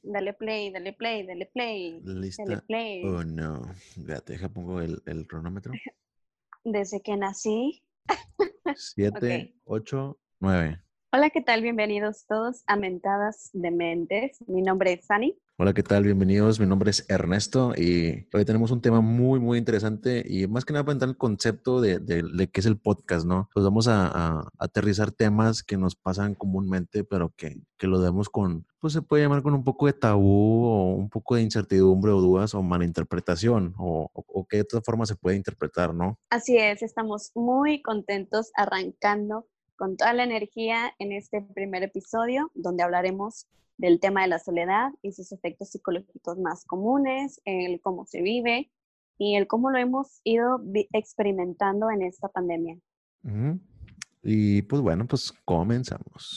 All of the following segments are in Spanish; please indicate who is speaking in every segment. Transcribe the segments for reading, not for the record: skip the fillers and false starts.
Speaker 1: Dale play, dale play, dale play, dale
Speaker 2: ¿Lista
Speaker 1: play.
Speaker 2: o no? Espérate, pongo el cronómetro.
Speaker 1: Desde que nací. Ok.
Speaker 2: 7, 8, 9.
Speaker 1: Hola, ¿qué tal? Bienvenidos todos a Mentadas de Mentes. Mi nombre es Sani.
Speaker 2: Hola, ¿qué tal? Bienvenidos. Mi nombre es Ernesto y hoy tenemos un tema muy, muy interesante y más que nada para entrar en el concepto de qué es el podcast, ¿no? Pues vamos a aterrizar temas que nos pasan comúnmente, pero que lo demos con, pues se puede llamar con un poco de tabú o un poco de incertidumbre o dudas o malinterpretación o qué otra forma se puede interpretar, ¿no?
Speaker 1: Así es, estamos muy contentos arrancando con toda la energía en este primer episodio, donde hablaremos del tema de la soledad y sus efectos psicológicos más comunes, el cómo se vive y el cómo lo hemos ido experimentando en esta pandemia.
Speaker 2: Ujú. Y pues bueno, pues comenzamos.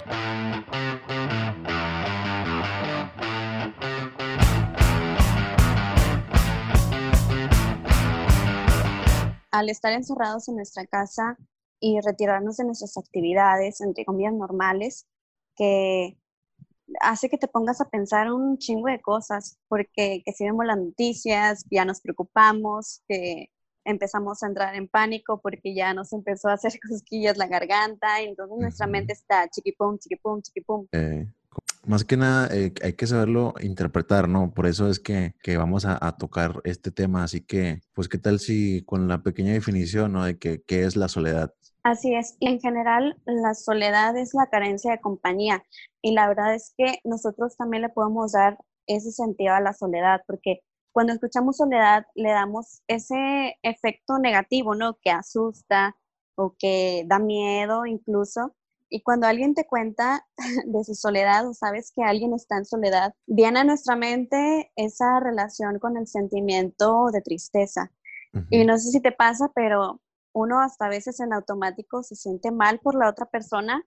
Speaker 1: Al estar encerrados en nuestra casa y retirarnos de nuestras actividades, entre comillas, normales, que hace que te pongas a pensar un chingo de cosas, porque que si vemos las noticias, ya nos preocupamos, que empezamos a entrar en pánico porque ya nos empezó a hacer cosquillas la garganta, y entonces nuestra
Speaker 2: Ujú.
Speaker 1: mente está chiquipum, chiquipum, chiquipum.
Speaker 2: Eh, Más que nada hay que saberlo interpretar, ¿no? Por eso es que vamos a tocar este tema. Así que, pues, ¿qué tal si con la pequeña definición, ¿no? De qué es la soledad?
Speaker 1: Así es, y en general la soledad es la carencia de compañía y la verdad es que nosotros también le podemos dar ese sentido a la soledad, porque cuando escuchamos soledad le damos ese efecto negativo, ¿no? Que asusta o que da miedo incluso. Y cuando alguien te cuenta de su soledad o sabes que alguien está en soledad, viene a nuestra mente esa relación con el sentimiento de tristeza. Y
Speaker 2: Ujú.
Speaker 1: no sé si te pasa, pero uno hasta a veces en automático se siente mal por la otra persona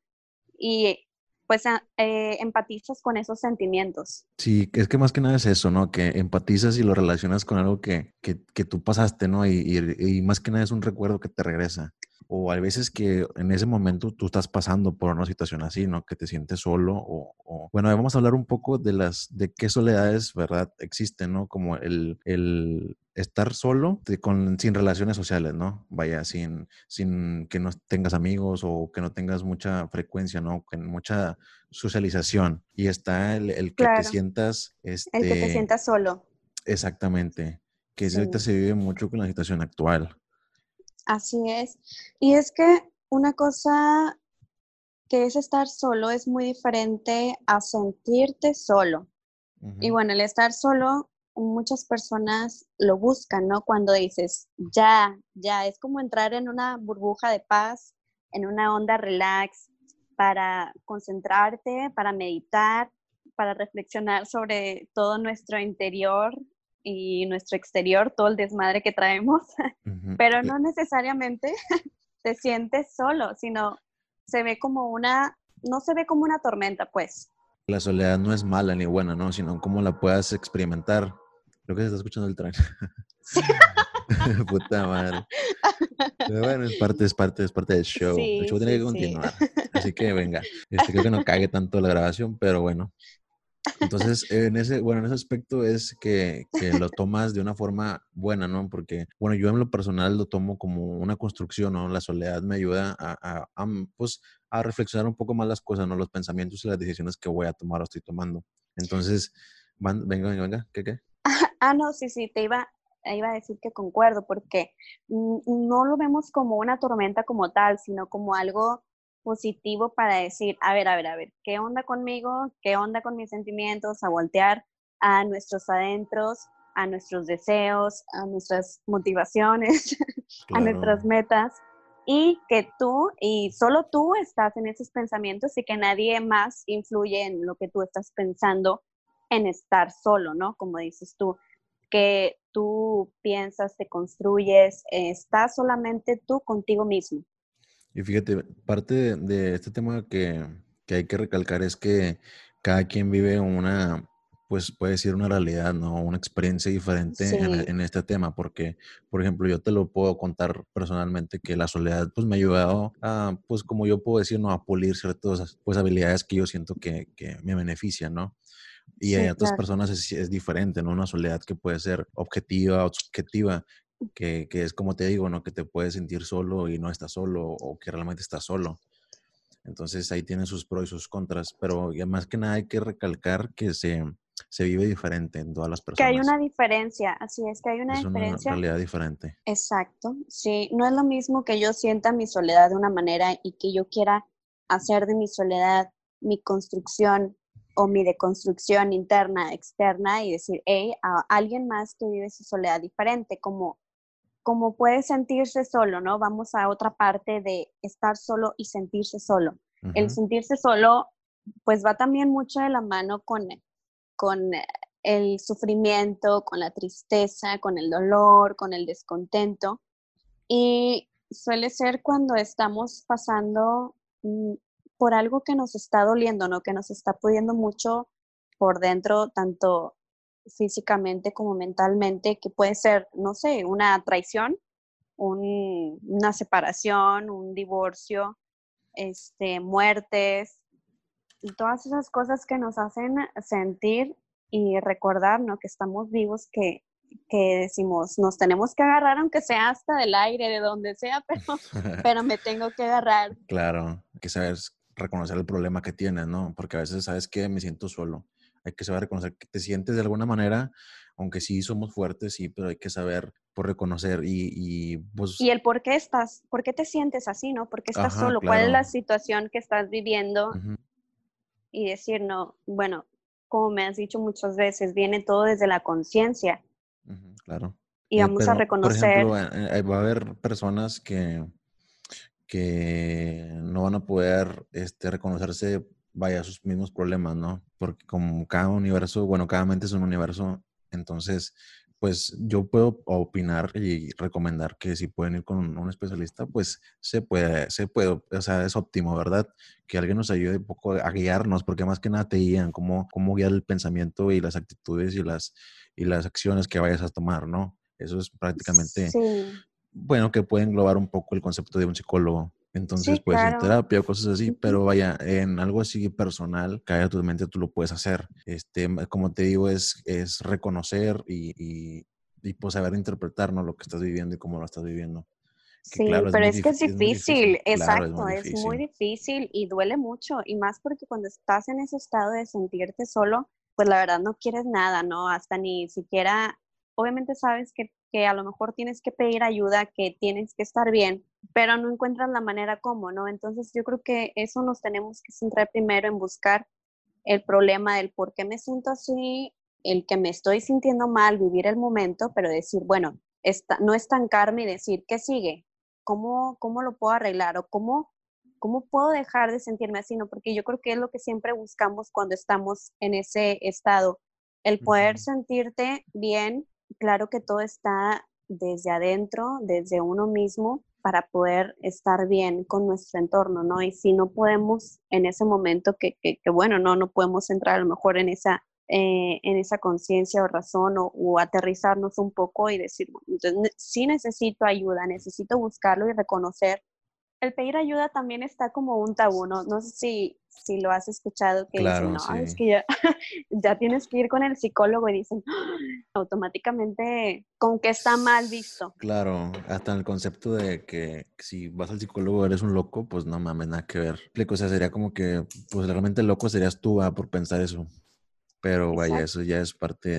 Speaker 1: y pues empatizas con esos sentimientos.
Speaker 2: Sí, es que más que nada es eso, ¿no? Que empatizas y lo relacionas con algo que tú pasaste, ¿no? Y más que nada es un recuerdo que te regresa. O hay veces que en ese momento tú estás pasando por una situación así, ¿no? Que te sientes solo Bueno, vamos a hablar un poco de qué soledades, ¿verdad? Existen, ¿no? Como el estar solo sin relaciones sociales, ¿no? Vaya, sin que no tengas amigos o que no tengas mucha frecuencia, ¿no? Con mucha socialización. Y está el que te
Speaker 1: Claro,
Speaker 2: sientas,
Speaker 1: el que te sientas solo.
Speaker 2: exactamente, que eso ahorita
Speaker 1: Sí,
Speaker 2: se vive mucho con la situación actual.
Speaker 1: así es. Y es que una cosa que es estar solo es muy diferente a sentirte solo. Y
Speaker 2: Ujú.
Speaker 1: bueno, el estar solo, muchas personas lo buscan, ¿no? Cuando dices, ya, ya, es como entrar en una burbuja de paz, en una onda relax, para concentrarte, para meditar, para reflexionar sobre todo nuestro interior y nuestro exterior, todo el desmadre que traemos,
Speaker 2: Ujú.
Speaker 1: pero no necesariamente te sientes solo, sino se ve como no se ve como una tormenta, pues.
Speaker 2: La soledad no es mala ni buena, ¿no? Sino cómo la puedas experimentar. Creo que se está escuchando el tren. Puta madre. Pero bueno, es parte del show. El
Speaker 1: Sí,
Speaker 2: show tiene
Speaker 1: sí,
Speaker 2: que
Speaker 1: sí.
Speaker 2: continuar. Así que venga. Creo que no cague tanto la grabación, pero bueno. Entonces, en ese aspecto es que lo tomas de una forma buena, ¿no? Porque, bueno, yo en lo personal lo tomo como una construcción, ¿no? La soledad me ayuda pues, a reflexionar un poco más las cosas, ¿no? Los pensamientos y las decisiones que voy a tomar o estoy tomando. Entonces, venga, ¿qué?
Speaker 1: No, sí, sí, iba a decir que concuerdo, porque no lo vemos como una tormenta como tal, sino como algo positivo para decir, a ver, ¿qué onda conmigo? ¿Qué onda con mis sentimientos? A voltear a nuestros adentros, a nuestros deseos, a nuestras motivaciones, a
Speaker 2: Claro.
Speaker 1: nuestras metas, y que tú y solo tú estás en esos pensamientos y que nadie más influye en lo que tú estás pensando en estar solo, ¿no? Como dices tú, que tú piensas, te construyes, estás solamente tú contigo mismo.
Speaker 2: Y fíjate, parte de este tema que hay que recalcar es que cada quien vive pues puede decir una realidad, ¿no? Una experiencia diferente
Speaker 1: Sí,
Speaker 2: en este tema, porque, por ejemplo, yo te lo puedo contar personalmente que la soledad, pues me ha ayudado pues como yo puedo decir, ¿no? A pulir ciertas, pues habilidades que yo siento que me benefician, ¿no? Y hay
Speaker 1: Sí,
Speaker 2: otras
Speaker 1: claro.
Speaker 2: personas es diferente, ¿no? Una soledad que puede ser objetiva o subjetiva, que es como te digo, ¿no? Que te puedes sentir solo y no estás solo o que realmente estás solo. Entonces ahí tiene sus pros y sus contras, pero ya más que nada hay que recalcar que se vive diferente en todas las
Speaker 1: Que hay
Speaker 2: personas.
Speaker 1: una diferencia, así es que hay una
Speaker 2: Es una
Speaker 1: diferencia.
Speaker 2: realidad diferente.
Speaker 1: Exacto, sí, no es lo mismo que yo sienta mi soledad de una manera y que yo quiera hacer de mi soledad mi construcción o mi deconstrucción interna, externa y decir, hey, a alguien más que vive su soledad diferente, como puede sentirse solo, ¿no? Vamos a otra parte de estar solo y sentirse solo. El
Speaker 2: Ujú.
Speaker 1: sentirse solo, pues va también mucho de la mano con el sufrimiento, con la tristeza, con el dolor, con el descontento. Y suele ser cuando estamos pasando por algo que nos está doliendo, ¿no? Que nos está pudiendo mucho por dentro, tanto físicamente como mentalmente, que puede ser, no sé, una traición, una separación, un divorcio, muertes, y todas esas cosas que nos hacen sentir y recordar, ¿no? Que estamos vivos, que decimos, nos tenemos que agarrar, aunque sea hasta del aire, de donde sea, pero me tengo que agarrar.
Speaker 2: Claro, hay que saber reconocer el problema que tienes, ¿no? Porque a veces, ¿sabes qué? Me siento solo. Hay que saber reconocer que te sientes de alguna manera, aunque sí somos fuertes, sí, pero hay que saber por reconocer pues,
Speaker 1: Y el por qué te sientes así, ¿no? ¿Por qué estás
Speaker 2: ajá,
Speaker 1: solo? ¿Cuál es
Speaker 2: claro.
Speaker 1: la situación que estás viviendo?
Speaker 2: Ujú,
Speaker 1: Y decir, no, bueno, como me has dicho muchas veces, viene todo desde la conciencia
Speaker 2: ujú, claro.
Speaker 1: y vamos a
Speaker 2: Pero, por ejemplo,
Speaker 1: reconocer.
Speaker 2: va a haber personas que no van a poder reconocerse, vaya, sus mismos problemas, ¿no? Porque como cada universo, bueno, cada mente es un universo, entonces, pues yo puedo opinar y recomendar que si pueden ir con un especialista, pues se puede, o sea, es óptimo, ¿verdad? Que alguien nos ayude un poco a guiarnos, porque más que nada te guían cómo guiar el pensamiento y las actitudes y las acciones que vayas a tomar, ¿no? Eso es prácticamente
Speaker 1: Sí,
Speaker 2: bueno, que puede englobar un poco el concepto de un psicólogo. Entonces
Speaker 1: sí,
Speaker 2: puedes ir a
Speaker 1: claro.
Speaker 2: terapia o cosas así,
Speaker 1: Ujú.
Speaker 2: pero vaya, en algo así personal, que haya tu mente, tú lo puedes hacer. Como te digo, es reconocer y pues saber interpretar, ¿no? Lo que estás viviendo y cómo lo estás viviendo. Que
Speaker 1: Sí,
Speaker 2: claro,
Speaker 1: pero es que
Speaker 2: es muy difícil. Claro, es muy
Speaker 1: es muy
Speaker 2: difícil.
Speaker 1: difícil y duele mucho, y más porque cuando estás en ese estado de sentirte solo, pues la verdad no quieres nada, ¿no? Hasta ni siquiera, obviamente sabes que a lo mejor tienes que pedir ayuda, que tienes que estar bien, pero no encuentras la manera cómo, ¿no? Entonces yo creo que eso nos tenemos que centrar primero en buscar el problema del por qué me siento así, el que me estoy sintiendo mal, vivir el momento, pero decir, bueno, no estancarme y decir, ¿qué sigue? ¿Cómo lo puedo arreglar? ¿O cómo puedo dejar de sentirme así? ¿No? Porque yo creo que es lo que siempre buscamos cuando estamos en ese estado, el poder
Speaker 2: Ujú.
Speaker 1: sentirte bien. Claro que todo está desde adentro, desde uno mismo, para poder estar bien con nuestro entorno, ¿no? Y si no podemos en ese momento, que bueno, no podemos entrar a lo mejor en esa conciencia o razón o aterrizarnos un poco y decir, bueno, entonces sí necesito ayuda, necesito buscarlo y reconocer. El pedir ayuda también está como un tabú, ¿no? No sé si lo has escuchado que dicen,
Speaker 2: Claro,
Speaker 1: no, es
Speaker 2: sí.
Speaker 1: que ya, ya tienes que ir con el psicólogo y dicen, "Ah", automáticamente con que está mal visto.
Speaker 2: Claro, hasta en el concepto de que si vas al psicólogo eres un loco, pues no mames, nada que ver. O sea, sería como que, pues realmente loco serías tú, por pensar eso. Pero vaya,
Speaker 1: Exacto,
Speaker 2: eso ya es parte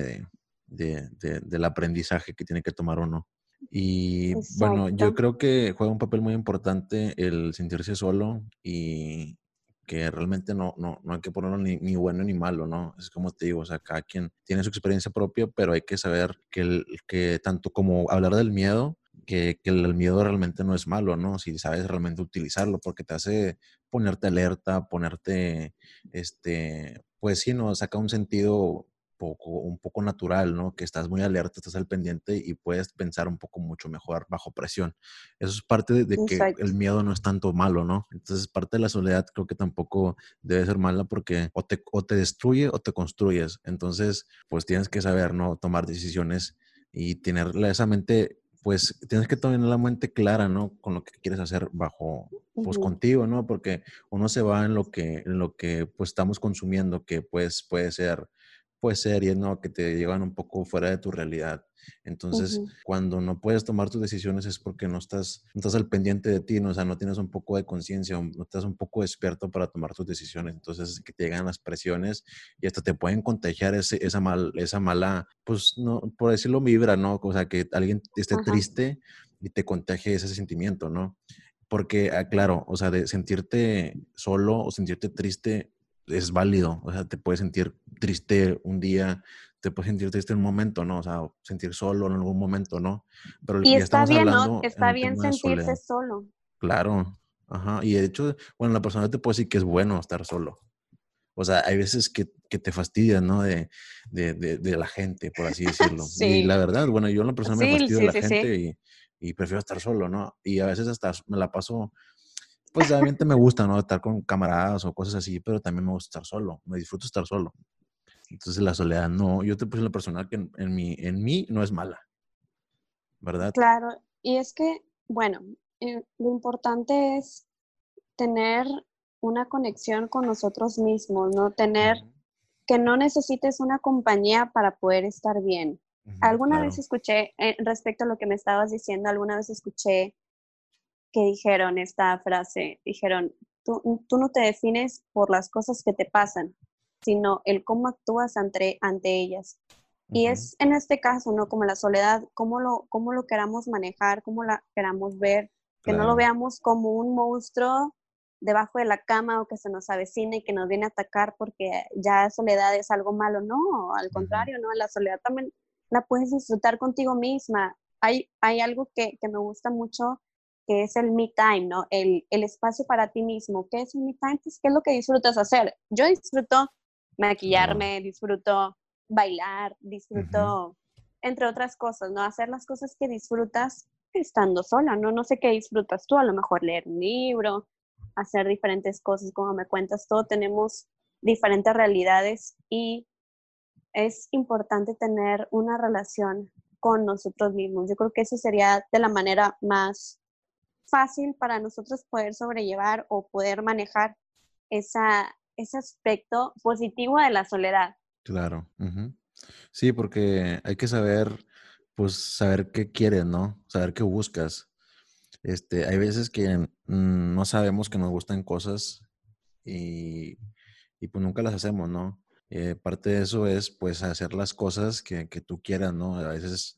Speaker 2: del aprendizaje que tiene que tomar uno. Y bueno, yo
Speaker 1: exacto.
Speaker 2: creo que juega un papel muy importante el sentirse solo y que realmente no hay que ponerlo ni bueno ni malo, ¿no? Es como te digo, o sea, cada quien tiene su experiencia propia, pero hay que saber que tanto como hablar del miedo, que el miedo realmente no es malo, ¿no? Si sabes realmente utilizarlo, porque te hace ponerte alerta, ponerte, pues sí, ¿no? Saca un sentido un poco natural, ¿no? Que estás muy alerta, estás al pendiente y puedes pensar un poco mucho mejor bajo presión. Eso es parte de que el
Speaker 1: Exacto.
Speaker 2: miedo no es tanto malo, ¿no? Entonces, parte de la soledad creo que tampoco debe ser mala porque o te destruye o te construyes. Entonces, pues tienes que saber, ¿no? Tomar decisiones y tener esa mente, pues tienes que tener la mente clara, ¿no? Con lo que quieres hacer bajo, pues
Speaker 1: Ujú.
Speaker 2: contigo, ¿no? Porque uno se va en lo que pues estamos consumiendo, que pues puede ser pues series, ¿no? Que te llevan un poco fuera de tu realidad. Entonces,
Speaker 1: Ujú.
Speaker 2: cuando no puedes tomar tus decisiones es porque no estás al pendiente de ti, ¿no? O sea, no tienes un poco de conciencia, no estás un poco despierto para tomar tus decisiones. Entonces, que te llegan las presiones y hasta te pueden contagiar esa mala, pues, no, por decirlo, vibra, ¿no? O sea, que alguien esté
Speaker 1: Ajá.
Speaker 2: triste y te contagie ese sentimiento, ¿no? Porque, claro, o sea, de sentirte solo o sentirte triste es válido. O sea, te puedes sentir triste un día, te puedes sentir triste en un momento, ¿no? O sea, sentir solo en algún momento, ¿no? Pero
Speaker 1: Y
Speaker 2: ya
Speaker 1: está
Speaker 2: estamos
Speaker 1: bien, ¿no?
Speaker 2: hablando en
Speaker 1: Está
Speaker 2: un
Speaker 1: bien
Speaker 2: tema de
Speaker 1: sentirse
Speaker 2: soledad.
Speaker 1: solo.
Speaker 2: Claro. Ajá. Y de hecho, bueno, la persona te puede decir que es bueno estar solo. O sea, hay veces que te fastidian, ¿no? De la gente, por así decirlo. Y la
Speaker 1: Sí,
Speaker 2: verdad, bueno, yo en la persona me
Speaker 1: sí,
Speaker 2: fastidio de
Speaker 1: sí,
Speaker 2: la
Speaker 1: sí, sí.
Speaker 2: gente y prefiero estar solo, ¿no? Y a veces hasta me la paso, pues realmente me gusta, ¿no? Estar con camaradas o cosas así, pero también me gusta estar solo, me disfruto estar solo. Entonces la soledad no, yo te puse la personal que en mí no es mala, ¿verdad?
Speaker 1: Claro, y es que, bueno, lo importante es tener una conexión con nosotros mismos, ¿no? Tener
Speaker 2: Ujú,
Speaker 1: que no necesites una compañía para poder estar bien.
Speaker 2: ujú,
Speaker 1: Alguna vez
Speaker 2: claro.
Speaker 1: escuché, respecto a lo que me estabas diciendo, alguna vez escuché que dijeron esta frase, dijeron, tú no te defines por las cosas que te pasan, sino el cómo actúas ante ellas. Y
Speaker 2: Ujú,
Speaker 1: es en este caso, ¿no? Como la soledad, cómo lo queramos manejar, cómo la queramos ver, que no lo
Speaker 2: claro.
Speaker 1: veamos como un monstruo debajo de la cama o que se nos avecina y que nos viene a atacar porque ya soledad es algo malo. No, al
Speaker 2: Ujú,
Speaker 1: contrario, ¿no? La soledad también la puedes disfrutar contigo misma. Hay algo que me gusta mucho que es el me time, ¿no? El espacio para ti mismo. ¿Qué es el me time? Pues, ¿qué es lo que disfrutas hacer? Yo disfruto
Speaker 2: claro.
Speaker 1: maquillarme, disfruto bailar,
Speaker 2: Ujú,
Speaker 1: disfruto, entre otras cosas, ¿no? Hacer las cosas que disfrutas estando sola, ¿no? No sé qué disfrutas tú, a lo mejor leer un libro, hacer diferentes cosas, como me cuentas, todo tenemos diferentes realidades y es importante tener una relación con nosotros mismos. Yo creo que eso sería de la manera más fácil para nosotros poder sobrellevar o poder manejar ese aspecto positivo de la soledad.
Speaker 2: claro. Ujú. Sí, porque hay que saber, pues, saber qué quieres, ¿no? Saber qué buscas. Hay veces que no sabemos que nos gustan cosas y, y pues nunca las hacemos, ¿no? Parte de eso es pues hacer las cosas que tú quieras, ¿no? A veces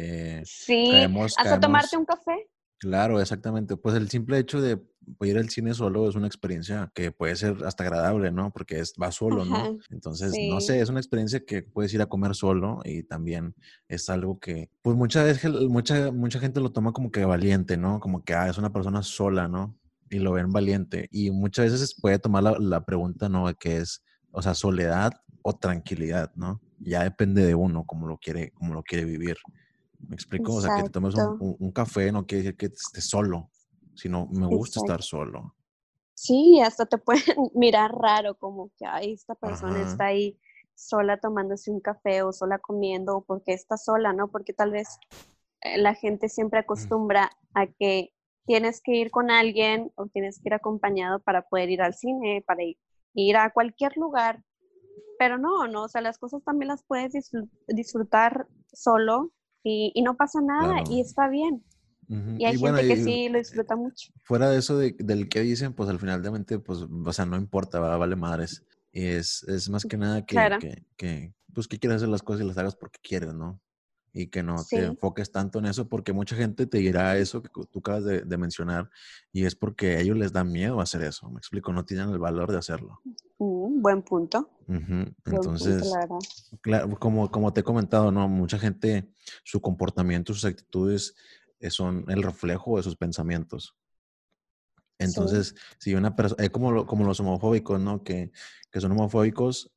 Speaker 1: Sí,
Speaker 2: caemos,
Speaker 1: hasta tomarte
Speaker 2: caemos,
Speaker 1: un café.
Speaker 2: claro, exactamente. Pues el simple hecho de ir al cine solo es una experiencia que puede ser hasta agradable, ¿no? Porque vas solo,
Speaker 1: Ajá,
Speaker 2: ¿no? Entonces, no
Speaker 1: sí,
Speaker 2: sé, es una experiencia que puedes ir a comer solo y también es algo que, pues muchas veces, mucha gente lo toma como que valiente, ¿no? Como que, es una persona sola, ¿no? Y lo ven valiente. Y muchas veces puede tomar la pregunta, ¿no? Que es, o sea, soledad o tranquilidad, ¿no? Ya depende de uno, cómo lo quiere vivir. ¿Me explico? O sea, que te tomes un,
Speaker 1: exacto,
Speaker 2: un- un café no quiere decir que estés solo, sino me gusta estar
Speaker 1: exacto.
Speaker 2: solo.
Speaker 1: Sí, hasta te pueden mirar raro, como que, ay, esta persona
Speaker 2: Ajá.
Speaker 1: está ahí sola tomándose un café o sola comiendo, o porque está sola, ¿no? Porque tal vez la gente siempre acostumbra a que tienes que ir con alguien o tienes que ir acompañado para poder ir al cine, para ir a cualquier lugar, pero no, no, o sea, las cosas también las puedes disfrutar solo y no pasa nada
Speaker 2: Claro.
Speaker 1: y está bien.
Speaker 2: Ujú.
Speaker 1: Y hay
Speaker 2: Y bueno,
Speaker 1: gente que sí lo disfruta mucho.
Speaker 2: fuera de eso del que dicen, pues al final de mente, pues, o sea, no importa, vale madres. Y es más que nada
Speaker 1: Claro,
Speaker 2: pues que quieres hacer las cosas y las hagas porque quieres, ¿no? Y que no te
Speaker 1: sí.
Speaker 2: enfoques tanto en eso, porque mucha gente te dirá eso que tú acabas de mencionar, y es porque a ellos les da miedo hacer eso. Me explico, no tienen el valor de hacerlo.
Speaker 1: Buen punto,
Speaker 2: Ujú.
Speaker 1: buen punto, la
Speaker 2: Entonces,
Speaker 1: verdad.
Speaker 2: claro, como te he comentado, ¿no? Mucha gente, su comportamiento, sus actitudes son el reflejo de sus pensamientos.
Speaker 1: Sí,
Speaker 2: Entonces, si una persona, es como los homofóbicos, ¿no? Que son homofóbicos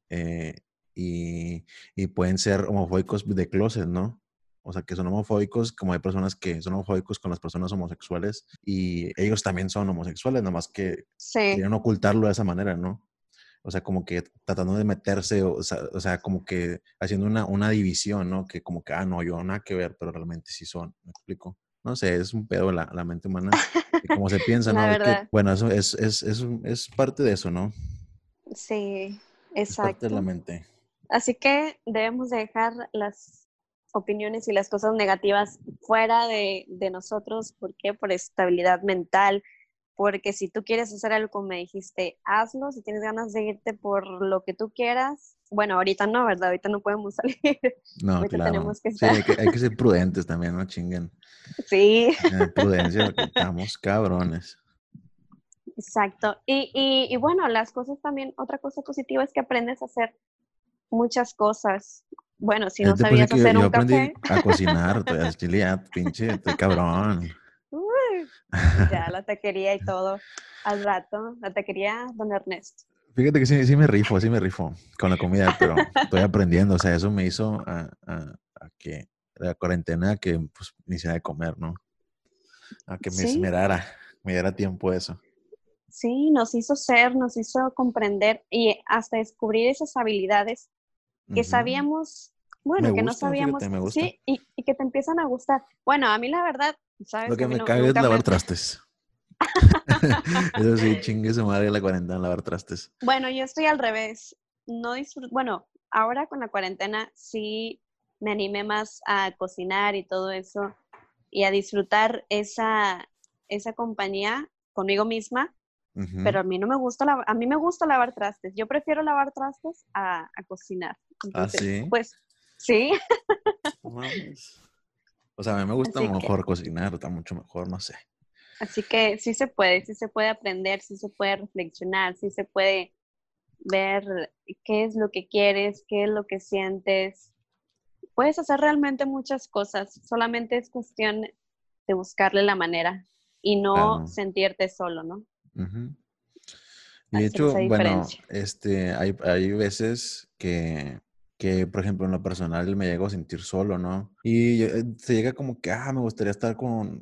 Speaker 2: y pueden ser homofóbicos de closet, ¿no? O sea, que son homofóbicos, como hay personas que son homofóbicos con las personas homosexuales y ellos también son homosexuales, nomás que
Speaker 1: sí,
Speaker 2: quieren ocultarlo de esa manera, ¿no? O sea, como que tratando de meterse, o sea, como que haciendo una división, ¿no? Que como que, no, yo nada que ver, pero realmente sí son, ¿me explico? No sé, es un pedo la mente humana y cómo se piensa,
Speaker 1: la
Speaker 2: ¿no? Es que,
Speaker 1: verdad.
Speaker 2: bueno, eso es parte de eso, ¿no?
Speaker 1: Sí,
Speaker 2: Es parte de la
Speaker 1: exacto.
Speaker 2: mente.
Speaker 1: Así que debemos de dejar las opiniones y las cosas negativas fuera de nosotros. ¿Por qué? Por estabilidad mental. Porque si tú quieres hacer algo como me dijiste, hazlo. Si tienes ganas de irte por lo que tú quieras. Bueno, ahorita no, ¿verdad? Ahorita no podemos salir.
Speaker 2: No,
Speaker 1: Ahorita
Speaker 2: claro.
Speaker 1: tenemos que
Speaker 2: Sí,
Speaker 1: estar.
Speaker 2: hay que ser prudentes también, no chinguen.
Speaker 1: Sí,
Speaker 2: Prudencia, porque estamos cabrones.
Speaker 1: exacto. Y bueno, las cosas también, otra cosa positiva es que aprendes a hacer muchas cosas. Bueno, si
Speaker 2: Yo
Speaker 1: no
Speaker 2: te puse
Speaker 1: sabías
Speaker 2: que
Speaker 1: hacer
Speaker 2: yo
Speaker 1: un
Speaker 2: aprendí
Speaker 1: café,
Speaker 2: a cocinar, todavía chile, ya, pinche, estoy cabrón.
Speaker 1: uy, ya la taquería y todo. Al rato, la taquería Don Ernesto.
Speaker 2: Fíjate que sí me rifo con la comida, pero estoy aprendiendo, o sea, eso me hizo a que la cuarentena que pues me hiciera de comer, ¿no? A que me
Speaker 1: Sí,
Speaker 2: esmerara, me diera tiempo eso.
Speaker 1: sí, nos hizo ser, nos hizo comprender y hasta descubrir esas habilidades que
Speaker 2: Ujú.
Speaker 1: sabíamos,
Speaker 2: Me
Speaker 1: bueno, que no
Speaker 2: gusta, fíjate,
Speaker 1: sabíamos,
Speaker 2: me gusta.
Speaker 1: sí, y que te empiezan a gustar. Bueno, a mí la verdad,
Speaker 2: Lo
Speaker 1: sabes que
Speaker 2: que
Speaker 1: a mí
Speaker 2: me
Speaker 1: no,
Speaker 2: caga es
Speaker 1: nunca
Speaker 2: lavar
Speaker 1: me,
Speaker 2: trastes. Eso sí, chingue su madre la cuarentena, lavar trastes.
Speaker 1: bueno, yo estoy al revés. No disfruto, bueno, ahora con la cuarentena sí me animé más a cocinar y todo eso y a disfrutar esa compañía conmigo misma,
Speaker 2: Ujú.
Speaker 1: pero a mí no me gusta a mí me gusta lavar trastes. Yo prefiero lavar trastes a cocinar.
Speaker 2: Ah,
Speaker 1: Entonces,
Speaker 2: sí.
Speaker 1: pues sí,
Speaker 2: No mames. O sea, a mí me gusta
Speaker 1: así que
Speaker 2: mejor cocinar, está mucho mejor, no sé.
Speaker 1: así que sí se puede aprender, sí se puede reflexionar, sí se puede ver qué es lo que quieres, qué es lo que sientes. Puedes hacer realmente muchas cosas, solamente es cuestión de buscarle la manera y no
Speaker 2: Claro.
Speaker 1: sentirte solo, ¿no?
Speaker 2: Ujú. Y de
Speaker 1: Hacer
Speaker 2: hecho,
Speaker 1: esa
Speaker 2: bueno,
Speaker 1: diferencia.
Speaker 2: hay veces que, por ejemplo, en lo personal me llego a sentir solo, ¿no? Y se llega como que, me gustaría estar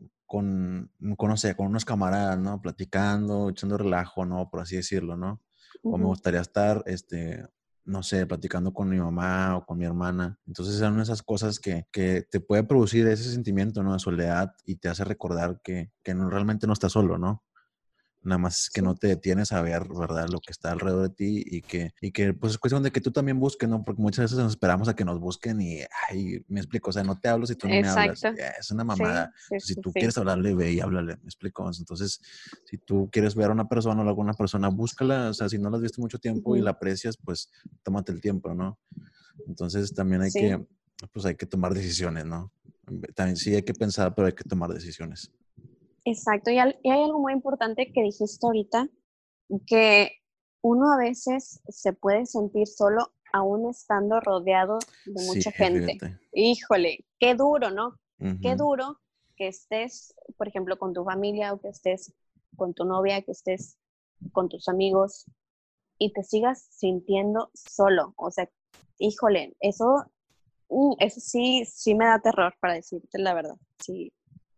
Speaker 2: no sé, con unos camaradas, ¿no? Platicando, echando relajo, ¿no? Por así decirlo, ¿no? O me
Speaker 1: Ujú.
Speaker 2: gustaría estar, no sé, platicando con mi mamá o con mi hermana. Entonces son esas cosas que te puede producir ese sentimiento, ¿no? De soledad y te hace recordar que no, realmente no estás solo, ¿no? Nada más que no
Speaker 1: Sí,
Speaker 2: te detienes a ver, ¿verdad? Lo que está alrededor de ti y que pues es cuestión de que tú también busques, ¿no? Porque muchas veces nos esperamos a que nos busquen y, ay, me explico, o sea, no te hablo si tú no me hablas,
Speaker 1: exacto.
Speaker 2: es una mamada.
Speaker 1: Sí, sí,
Speaker 2: Entonces, si
Speaker 1: sí,
Speaker 2: tú
Speaker 1: sí.
Speaker 2: quieres hablarle, ve y háblale, me explico. Entonces, si tú quieres ver a una persona o alguna persona, búscala, o sea, si no la has visto mucho tiempo y la
Speaker 1: Ujú.
Speaker 2: aprecias, pues tómate el tiempo, ¿no? Entonces, también
Speaker 1: Sí,
Speaker 2: pues hay que tomar decisiones, ¿no? También sí hay que pensar, pero hay que tomar decisiones.
Speaker 1: exacto. Y hay algo muy importante que dijiste ahorita, que uno a veces se puede sentir solo aún estando rodeado de
Speaker 2: Sí,
Speaker 1: mucha gente.
Speaker 2: fíjate.
Speaker 1: Híjole, qué duro, ¿no? Qué
Speaker 2: Ujú.
Speaker 1: duro que estés, por ejemplo, con tu familia o que estés con tu novia, que estés con tus amigos y te sigas sintiendo solo. O sea, híjole, eso sí, sí me da terror para decirte la verdad. Sí,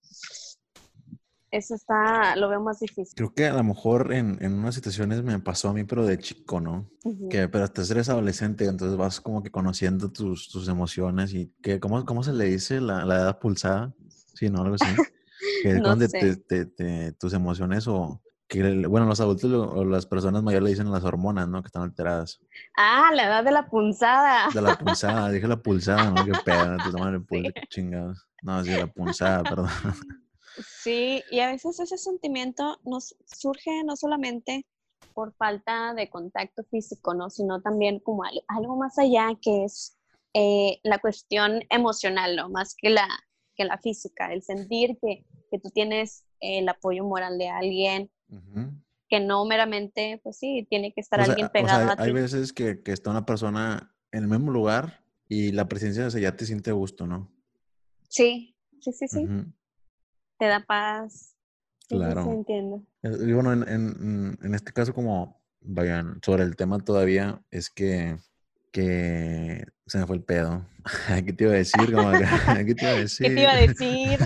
Speaker 1: eso está, lo veo más difícil.
Speaker 2: Creo que a lo mejor en unas situaciones me pasó a mí, pero de chico, ¿no?
Speaker 1: Ujú.
Speaker 2: Pero hasta eres adolescente, entonces vas como que conociendo tus emociones y ¿cómo se le dice la edad pulsada? Sí, ¿no? Algo así. Que es
Speaker 1: No
Speaker 2: cuando
Speaker 1: sé.
Speaker 2: tus emociones bueno, los adultos o las personas mayores le dicen las hormonas, ¿no? Que están alteradas.
Speaker 1: Ah, la edad de la punzada.
Speaker 2: De la punzada, dije la pulsada, ¿no? Qué pedo, ¿no? Te toman el
Speaker 1: Sí.
Speaker 2: pulso, qué chingados. No, sí, la punzada, perdón.
Speaker 1: Sí, y a veces ese sentimiento nos surge no solamente por falta de contacto físico, ¿no? Sino también como algo más allá que es la cuestión emocional, ¿no? Más que la física, el sentir que tú tienes el apoyo moral de alguien,
Speaker 2: Ujú.
Speaker 1: que no meramente, pues sí, tiene que estar
Speaker 2: O
Speaker 1: alguien
Speaker 2: sea, o sea,
Speaker 1: pegado a
Speaker 2: hay
Speaker 1: ti.
Speaker 2: veces que está una persona en el mismo lugar y la presencia, o sea, ya te siente a gusto, ¿no?
Speaker 1: Sí, sí, sí, sí,
Speaker 2: Ujú.
Speaker 1: te da paz. Sí, sí, sí,
Speaker 2: Claro.
Speaker 1: entiendo.
Speaker 2: Y bueno, en este caso, como vayan sobre el tema todavía, es que se me fue el pedo. ¿Qué te iba a decir? ¿Qué te iba a
Speaker 1: ¿Qué te iba
Speaker 2: decir?
Speaker 1: a decir?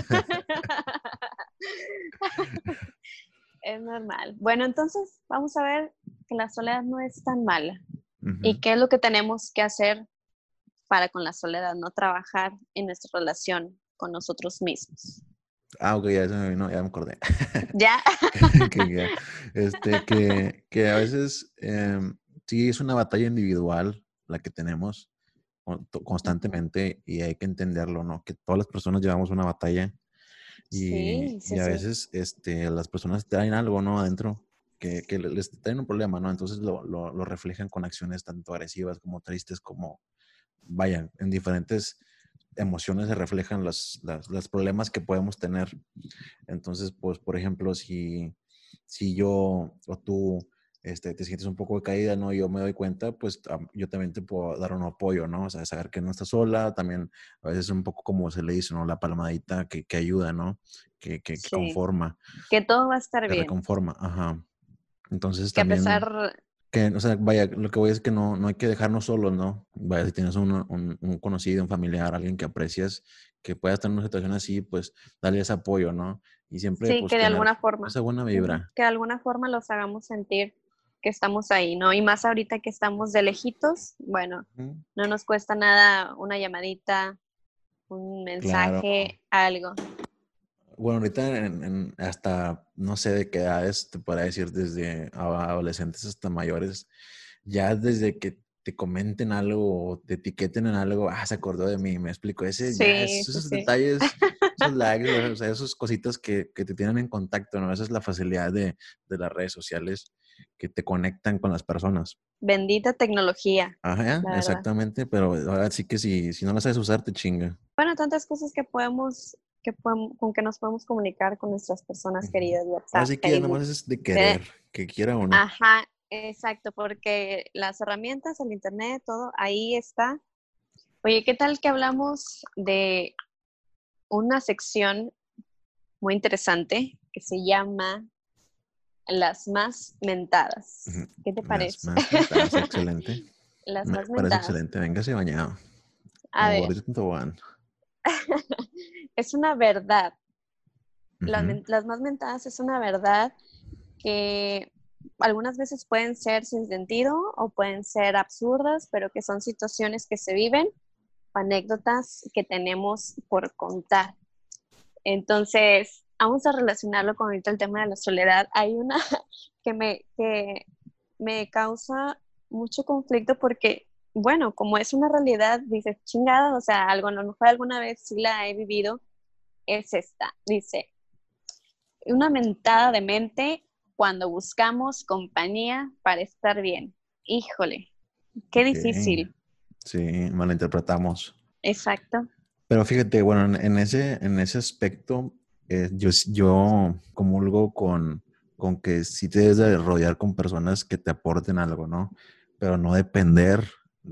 Speaker 1: Es normal. Bueno, entonces vamos a ver que la soledad no es tan mala.
Speaker 2: Ujú.
Speaker 1: ¿Y qué es lo que tenemos que hacer para con la soledad? No trabajar en nuestra relación con nosotros mismos.
Speaker 2: Ok, ya se me vino, ya me acordé.
Speaker 1: ¿Ya?
Speaker 2: que, que a veces sí es una batalla individual, la que tenemos constantemente y hay que entenderlo, ¿no? Que todas las personas llevamos una batalla
Speaker 1: Sí, sí,
Speaker 2: y a
Speaker 1: sí.
Speaker 2: veces las personas traen algo, ¿no? Adentro que les traen un problema, ¿no? Entonces lo reflejan con acciones tanto agresivas como tristes, como, vaya, en diferentes emociones se reflejan los problemas que podemos tener. Entonces, pues, por ejemplo, si yo o tú te sientes un poco de caída, ¿no? Yo me doy cuenta, pues yo también te puedo dar un apoyo, ¿no? O sea, saber que no estás sola, también a veces un poco como se le dice, ¿no? La palmadita que ayuda, ¿no? Que
Speaker 1: Sí,
Speaker 2: conforma,
Speaker 1: que todo va a estar
Speaker 2: que
Speaker 1: bien.
Speaker 2: reconforma, ajá. Entonces
Speaker 1: Que a
Speaker 2: también,
Speaker 1: pesar,
Speaker 2: o sea, vaya, lo que voy es que no hay que dejarnos solos, ¿no? Vaya, si tienes un conocido, un familiar, alguien que aprecias, que pueda estar en una situación así, pues dale ese apoyo, ¿no? Y siempre,
Speaker 1: sí,
Speaker 2: pues,
Speaker 1: que de
Speaker 2: tener
Speaker 1: alguna forma,
Speaker 2: esa buena
Speaker 1: ujú,
Speaker 2: vibra.
Speaker 1: que de alguna forma los hagamos sentir que estamos ahí, ¿no? Y más ahorita que estamos de lejitos, bueno,
Speaker 2: Ujú.
Speaker 1: no nos cuesta nada una llamadita, un
Speaker 2: Claro.
Speaker 1: mensaje, algo.
Speaker 2: Bueno, ahorita hasta no sé de qué edades, te podría decir desde adolescentes hasta mayores, ya desde que te comenten algo o te etiqueten en algo, se acordó de mí, me explico,
Speaker 1: Sí, sí,
Speaker 2: esos
Speaker 1: sí.
Speaker 2: detalles, esos likes, o sea, esas cositas que te tienen en contacto, ¿no? Esa es la facilidad de las redes sociales que te conectan con las personas.
Speaker 1: Bendita tecnología,
Speaker 2: Ajá,
Speaker 1: la verdad.
Speaker 2: exactamente, pero ahora sí que si no la sabes usar, te chinga.
Speaker 1: Bueno, tantas cosas con que nos podemos comunicar con nuestras personas
Speaker 2: Ujú.
Speaker 1: queridas,
Speaker 2: Ahora
Speaker 1: WhatsApp,
Speaker 2: sí que ya
Speaker 1: Facebook.
Speaker 2: nomás es de
Speaker 1: Eh,
Speaker 2: querer, que quiera o no.
Speaker 1: ajá, exacto, porque las herramientas, el internet, todo, ahí está. Oye, ¿qué tal que hablamos de una sección muy interesante que se llama Las más mentadas?
Speaker 2: Ujú.
Speaker 1: ¿Qué te
Speaker 2: Las
Speaker 1: parece?
Speaker 2: más mentadas, excelente.
Speaker 1: Las
Speaker 2: Me
Speaker 1: más
Speaker 2: parece
Speaker 1: mentadas.
Speaker 2: excelente. Véngase bañado.
Speaker 1: A
Speaker 2: Como
Speaker 1: ver,
Speaker 2: gordito en tobogán.
Speaker 1: es una verdad.
Speaker 2: Ujú.
Speaker 1: Las más mentadas es una verdad que algunas veces pueden ser sin sentido o pueden ser absurdas, pero que son situaciones que se viven, anécdotas que tenemos por contar. Entonces, vamos a relacionarlo con ahorita el tema de la soledad. Hay una que me causa mucho conflicto porque, bueno, como es una realidad, dices, chingada, o sea, algo, a lo mejor alguna vez sí la he vivido, es esta. Dice, una mentada de mente cuando buscamos compañía para estar bien. Híjole, qué
Speaker 2: Ok.
Speaker 1: difícil.
Speaker 2: Sí, malinterpretamos.
Speaker 1: Exacto.
Speaker 2: Pero fíjate, bueno, en ese aspecto, yo comulgo con que sí te debes de rodear con personas que te aporten algo, ¿no? Pero no depender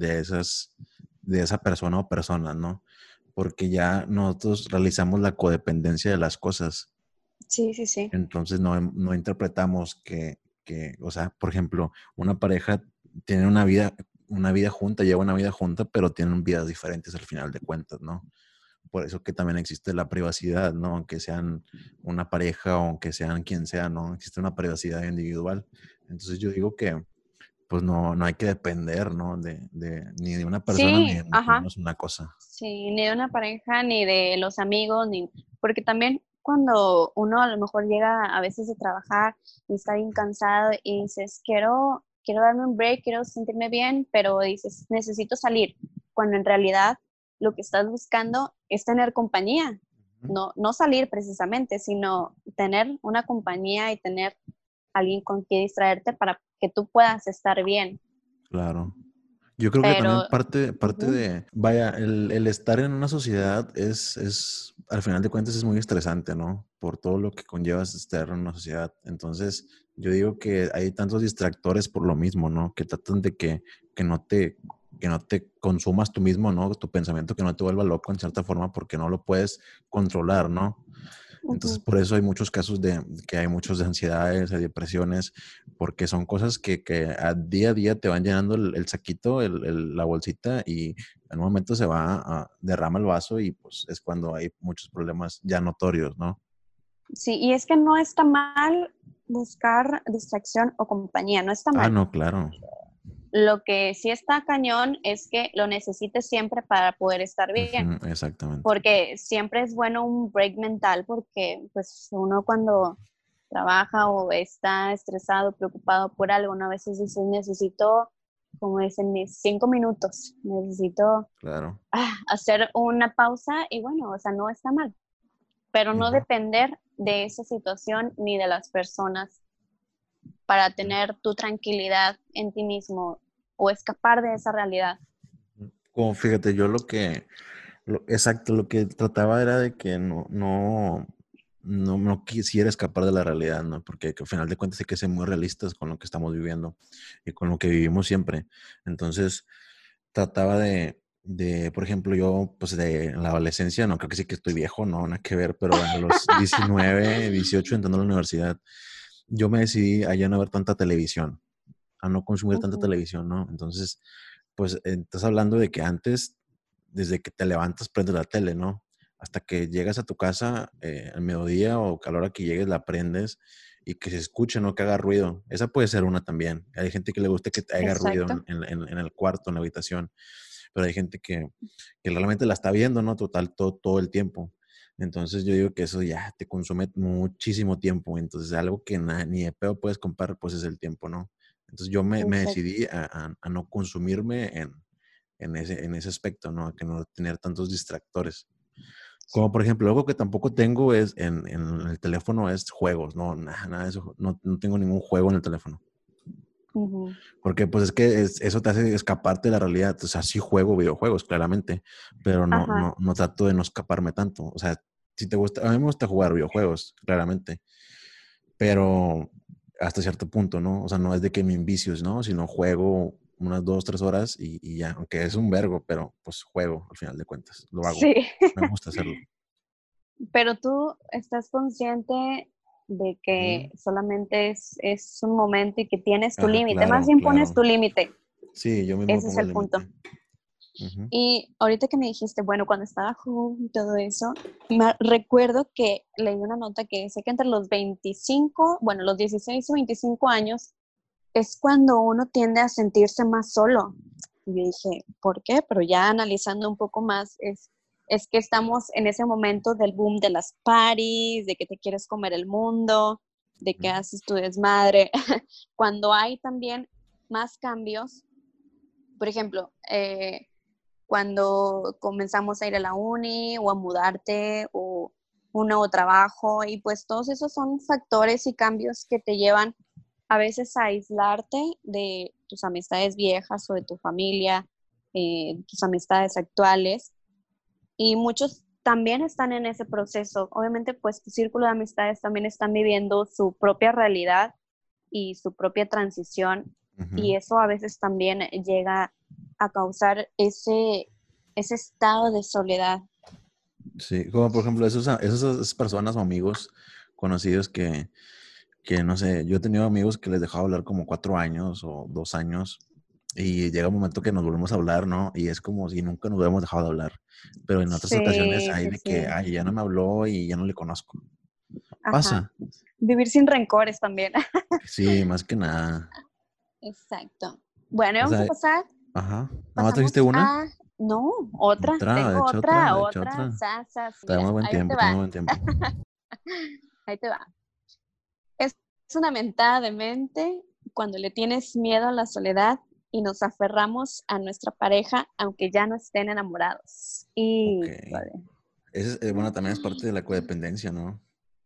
Speaker 2: de esa persona o personas, ¿no? Porque ya nosotros realizamos la codependencia de las cosas.
Speaker 1: Sí, sí, sí.
Speaker 2: Entonces no interpretamos o sea, por ejemplo, una pareja tiene una vida junta, lleva una vida junta, pero tienen vidas diferentes al final de cuentas, ¿no? Por eso que también existe la privacidad, ¿no? Aunque sean una pareja o aunque sean quien sea, ¿no? Existe una privacidad individual. Entonces yo digo que pues no hay que depender, ¿no? Ni de una persona ni
Speaker 1: Sí,
Speaker 2: de mucho
Speaker 1: ajá.
Speaker 2: menos una cosa.
Speaker 1: Sí, ni de una pareja, ni de los amigos, ni porque también cuando uno a lo mejor llega a veces de trabajar y está bien cansado y dices, quiero darme un break, quiero sentirme bien, pero dices, necesito salir, cuando en realidad lo que estás buscando es tener compañía,
Speaker 2: Ujú.
Speaker 1: no salir precisamente, sino tener una compañía y tener alguien con quien distraerte para que tú puedas estar bien.
Speaker 2: Claro. Yo creo que también
Speaker 1: Pero,
Speaker 2: parte
Speaker 1: ujú,
Speaker 2: vaya, el estar en una sociedad al final de cuentas es muy estresante, ¿no? Por todo lo que conlleva estar en una sociedad. Entonces, yo digo que hay tantos distractores por lo mismo, ¿no? Que tratan de que no te, que no te consumas tú mismo, ¿no? Tu pensamiento que no te vuelva loco en cierta forma porque no lo puedes controlar, ¿no? Entonces,
Speaker 1: ujú.
Speaker 2: por eso hay muchos casos de que hay muchos de ansiedades, de depresiones, porque son cosas que a día te van llenando el saquito, la bolsita, y en un momento derrama el vaso y pues es cuando hay muchos problemas ya notorios, ¿no?
Speaker 1: Sí, y es que no está mal buscar distracción o compañía, no está
Speaker 2: Ah,
Speaker 1: mal.
Speaker 2: no, claro.
Speaker 1: Lo que sí está cañón es que lo necesites siempre para poder estar bien,
Speaker 2: Ujú, exactamente.
Speaker 1: porque siempre es bueno un break mental, porque pues uno cuando trabaja o está estresado, preocupado por algo, ¿no? A veces dices, necesito como dicen, mis 5 minutos. Necesito
Speaker 2: Claro.
Speaker 1: hacer una pausa y bueno, o sea, no está mal, pero no
Speaker 2: Ujú.
Speaker 1: depender de esa situación ni de las personas para tener tu tranquilidad en ti mismo o escapar de esa realidad.
Speaker 2: Como fíjate, yo exacto, lo que trataba era de que no quisiera escapar de la realidad, ¿no? Porque al final de cuentas hay que ser muy realistas con lo que estamos viviendo y con lo que vivimos siempre. Entonces, trataba por ejemplo, yo, pues en la adolescencia, no creo que sí que estoy viejo, no, nada que ver, pero a los 19, 18, entrando a la universidad, yo me decidí a ya no ver tanta televisión, a no consumir tanta
Speaker 1: Ujú.
Speaker 2: televisión, ¿no? Entonces, pues estás hablando de que antes, desde que te levantas, prendes la tele, ¿no? Hasta que llegas a tu casa al mediodía o a la hora que llegues la prendes y que se escuche, no que haga ruido. Esa puede ser una también. Hay gente que le gusta que haga ruido
Speaker 1: Exacto.
Speaker 2: en el cuarto, en la habitación, pero hay gente que realmente la está viendo, ¿no? Total, todo el tiempo. Entonces yo digo que eso ya te consume muchísimo tiempo. Entonces algo que ni de pedo puedes comprar, pues es el tiempo, ¿no? Entonces yo me
Speaker 1: Exacto.
Speaker 2: decidí a no consumirme en ese aspecto, ¿no? A que no tener tantos distractores. Como por ejemplo, algo que tampoco tengo es en el teléfono es juegos, no, nada de eso. No tengo ningún juego en el teléfono.
Speaker 1: Ujú.
Speaker 2: Porque pues es que eso te hace escaparte de la realidad. O sea, sí juego videojuegos, claramente, pero
Speaker 1: Ajá.
Speaker 2: no trato de no escaparme tanto. O sea, si te gusta, a mí me gusta jugar videojuegos, claramente, pero hasta cierto punto, ¿no? O sea, no es de que me envicios, ¿no? Sino juego unas 2, 3 horas y ya, aunque es un vergo, pero pues juego al final de cuentas, lo hago.
Speaker 1: Sí.
Speaker 2: Me gusta hacerlo.
Speaker 1: Pero tú estás consciente de que
Speaker 2: Ujú.
Speaker 1: solamente es un momento y que tienes tu
Speaker 2: Ajá,
Speaker 1: límite, más
Speaker 2: claro,
Speaker 1: bien pones
Speaker 2: claro.
Speaker 1: tu límite,
Speaker 2: Sí, yo mismo me
Speaker 1: ese es
Speaker 2: pongo el
Speaker 1: el punto.
Speaker 2: límite. Ujú.
Speaker 1: Y ahorita que me dijiste, bueno, cuando estaba joven y todo eso, recuerdo que leí una nota que dice que entre los 25, bueno, los 16 o 25 años es cuando uno tiende a sentirse más solo. Y yo dije, ¿por qué? Pero ya analizando un poco más, es que estamos en ese momento del boom de las parties, de que te quieres comer el mundo, de que haces tu desmadre, cuando hay también más cambios. Por ejemplo, cuando comenzamos a ir a la uni o a mudarte o un nuevo trabajo y pues todos esos son factores y cambios que te llevan a veces a aislarte de tus amistades viejas o de tu familia, tus amistades actuales y muchos también están en ese proceso. Obviamente pues tu círculo de amistades también están viviendo su propia realidad y su propia transición y
Speaker 2: Ujú.
Speaker 1: eso a veces también llega a causar ese estado de soledad.
Speaker 2: Sí, como por ejemplo esas personas o amigos conocidos que no sé, yo he tenido amigos que les dejaba hablar como 4 años o 2 años y llega un momento que nos volvemos a hablar, ¿no? Y es como si nunca nos hubiéramos dejado de hablar. Pero en otras ocasiones
Speaker 1: Sí,
Speaker 2: hay
Speaker 1: sí,
Speaker 2: de que,
Speaker 1: sí.
Speaker 2: ay, ya no me habló y ya no le conozco.
Speaker 1: Ajá.
Speaker 2: Pasa.
Speaker 1: Vivir sin rencores también.
Speaker 2: Sí, más que nada.
Speaker 1: Exacto. Bueno,
Speaker 2: O
Speaker 1: vamos a
Speaker 2: sea,
Speaker 1: pasar,
Speaker 2: ajá. ¿Nada más trajiste
Speaker 1: pasamos
Speaker 2: una?
Speaker 1: a, no, otra,
Speaker 2: Otra,
Speaker 1: tengo
Speaker 2: echa
Speaker 1: otra,
Speaker 2: otra, echa
Speaker 1: otra,
Speaker 2: otra.
Speaker 1: sasas, mira,
Speaker 2: Tenemos buen
Speaker 1: ahí te
Speaker 2: tiempo, tenemos
Speaker 1: va,
Speaker 2: buen tiempo.
Speaker 1: ahí te va. Es una mentada de mente cuando le tienes miedo a la soledad y nos aferramos a nuestra pareja aunque ya no estén enamorados.
Speaker 2: Ok.
Speaker 1: Híjole.
Speaker 2: Ese es, bueno, también es parte de la codependencia, ¿no?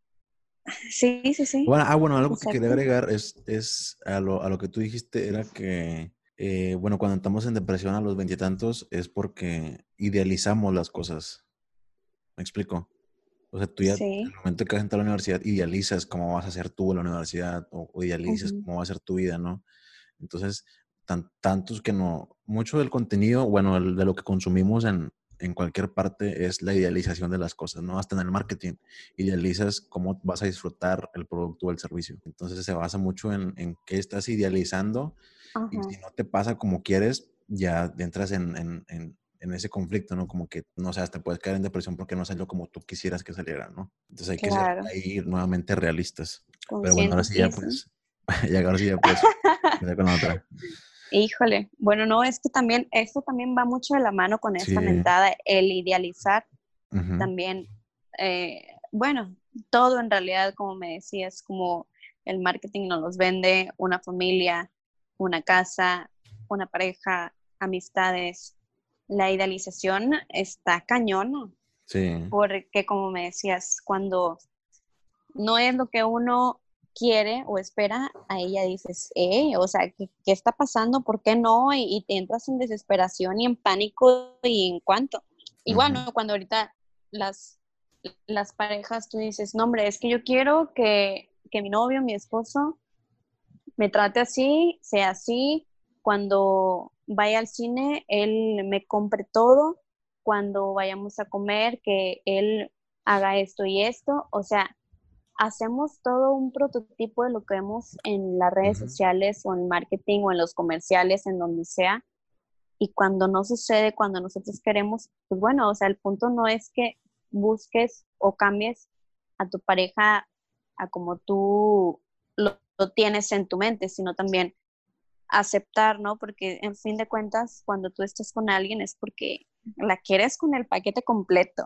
Speaker 1: Sí, sí, sí,
Speaker 2: Bueno, algo que quería
Speaker 1: exacto.
Speaker 2: agregar es a lo que tú dijiste, era que, bueno, cuando estamos en depresión a los veintitantos es porque idealizamos las cosas. ¿Me explico? O sea, tú ya, en
Speaker 1: Sí.
Speaker 2: el momento que vas a entrar a la universidad, idealizas cómo vas a ser tú en la universidad o idealizas
Speaker 1: Ujú.
Speaker 2: cómo va a ser tu vida, ¿no? Entonces, tantos que no, mucho del contenido, bueno, de lo que consumimos en cualquier parte es la idealización de las cosas, ¿no? Hasta en el marketing, idealizas cómo vas a disfrutar el producto o el servicio. Entonces, se basa mucho en qué estás idealizando y
Speaker 1: Ajá.
Speaker 2: si no te pasa como quieres, ya entras en ese conflicto, ¿no? Como que, no sé, te puedes caer en depresión porque no salió como tú quisieras que saliera, ¿no? Entonces hay que ser
Speaker 1: Claro.
Speaker 2: ahí nuevamente realistas. Pero bueno, ahora
Speaker 1: Conscientes.
Speaker 2: sí ya
Speaker 1: Y sí.
Speaker 2: pues, ya ahora sí ya pues, voy con la otra.
Speaker 1: Híjole. Bueno, no, es que también, esto también va mucho de la mano con esta
Speaker 2: Sí.
Speaker 1: mentada, el idealizar
Speaker 2: Ujú.
Speaker 1: también, bueno, todo en realidad, como me decías, como el marketing nos los vende, una familia, una casa, una pareja, amistades, la idealización está cañón,
Speaker 2: Sí.
Speaker 1: porque como me decías, cuando no es lo que uno quiere o espera, a ella dices, o sea, ¿qué está pasando? ¿Por qué no? Y te entras en desesperación y en pánico y en cuanto. Igual,
Speaker 2: Ujú.
Speaker 1: ¿no? Cuando ahorita las, las parejas, tú dices, no, hombre, es que yo quiero que mi novio, mi esposo, me trate así, sea así, cuando vaya al cine, él me compre todo, cuando vayamos a comer, que él haga esto y esto, o sea, hacemos todo un prototipo de lo que vemos en las redes
Speaker 2: Ujú.
Speaker 1: sociales o en marketing o en los comerciales, en donde sea, y cuando no sucede, cuando nosotros queremos, pues bueno, o sea, el punto no es que busques o cambies a tu pareja a como tú lo tienes en tu mente, sino también aceptar, ¿no? Porque en fin de cuentas, cuando tú estás con alguien es porque la quieres con el paquete completo.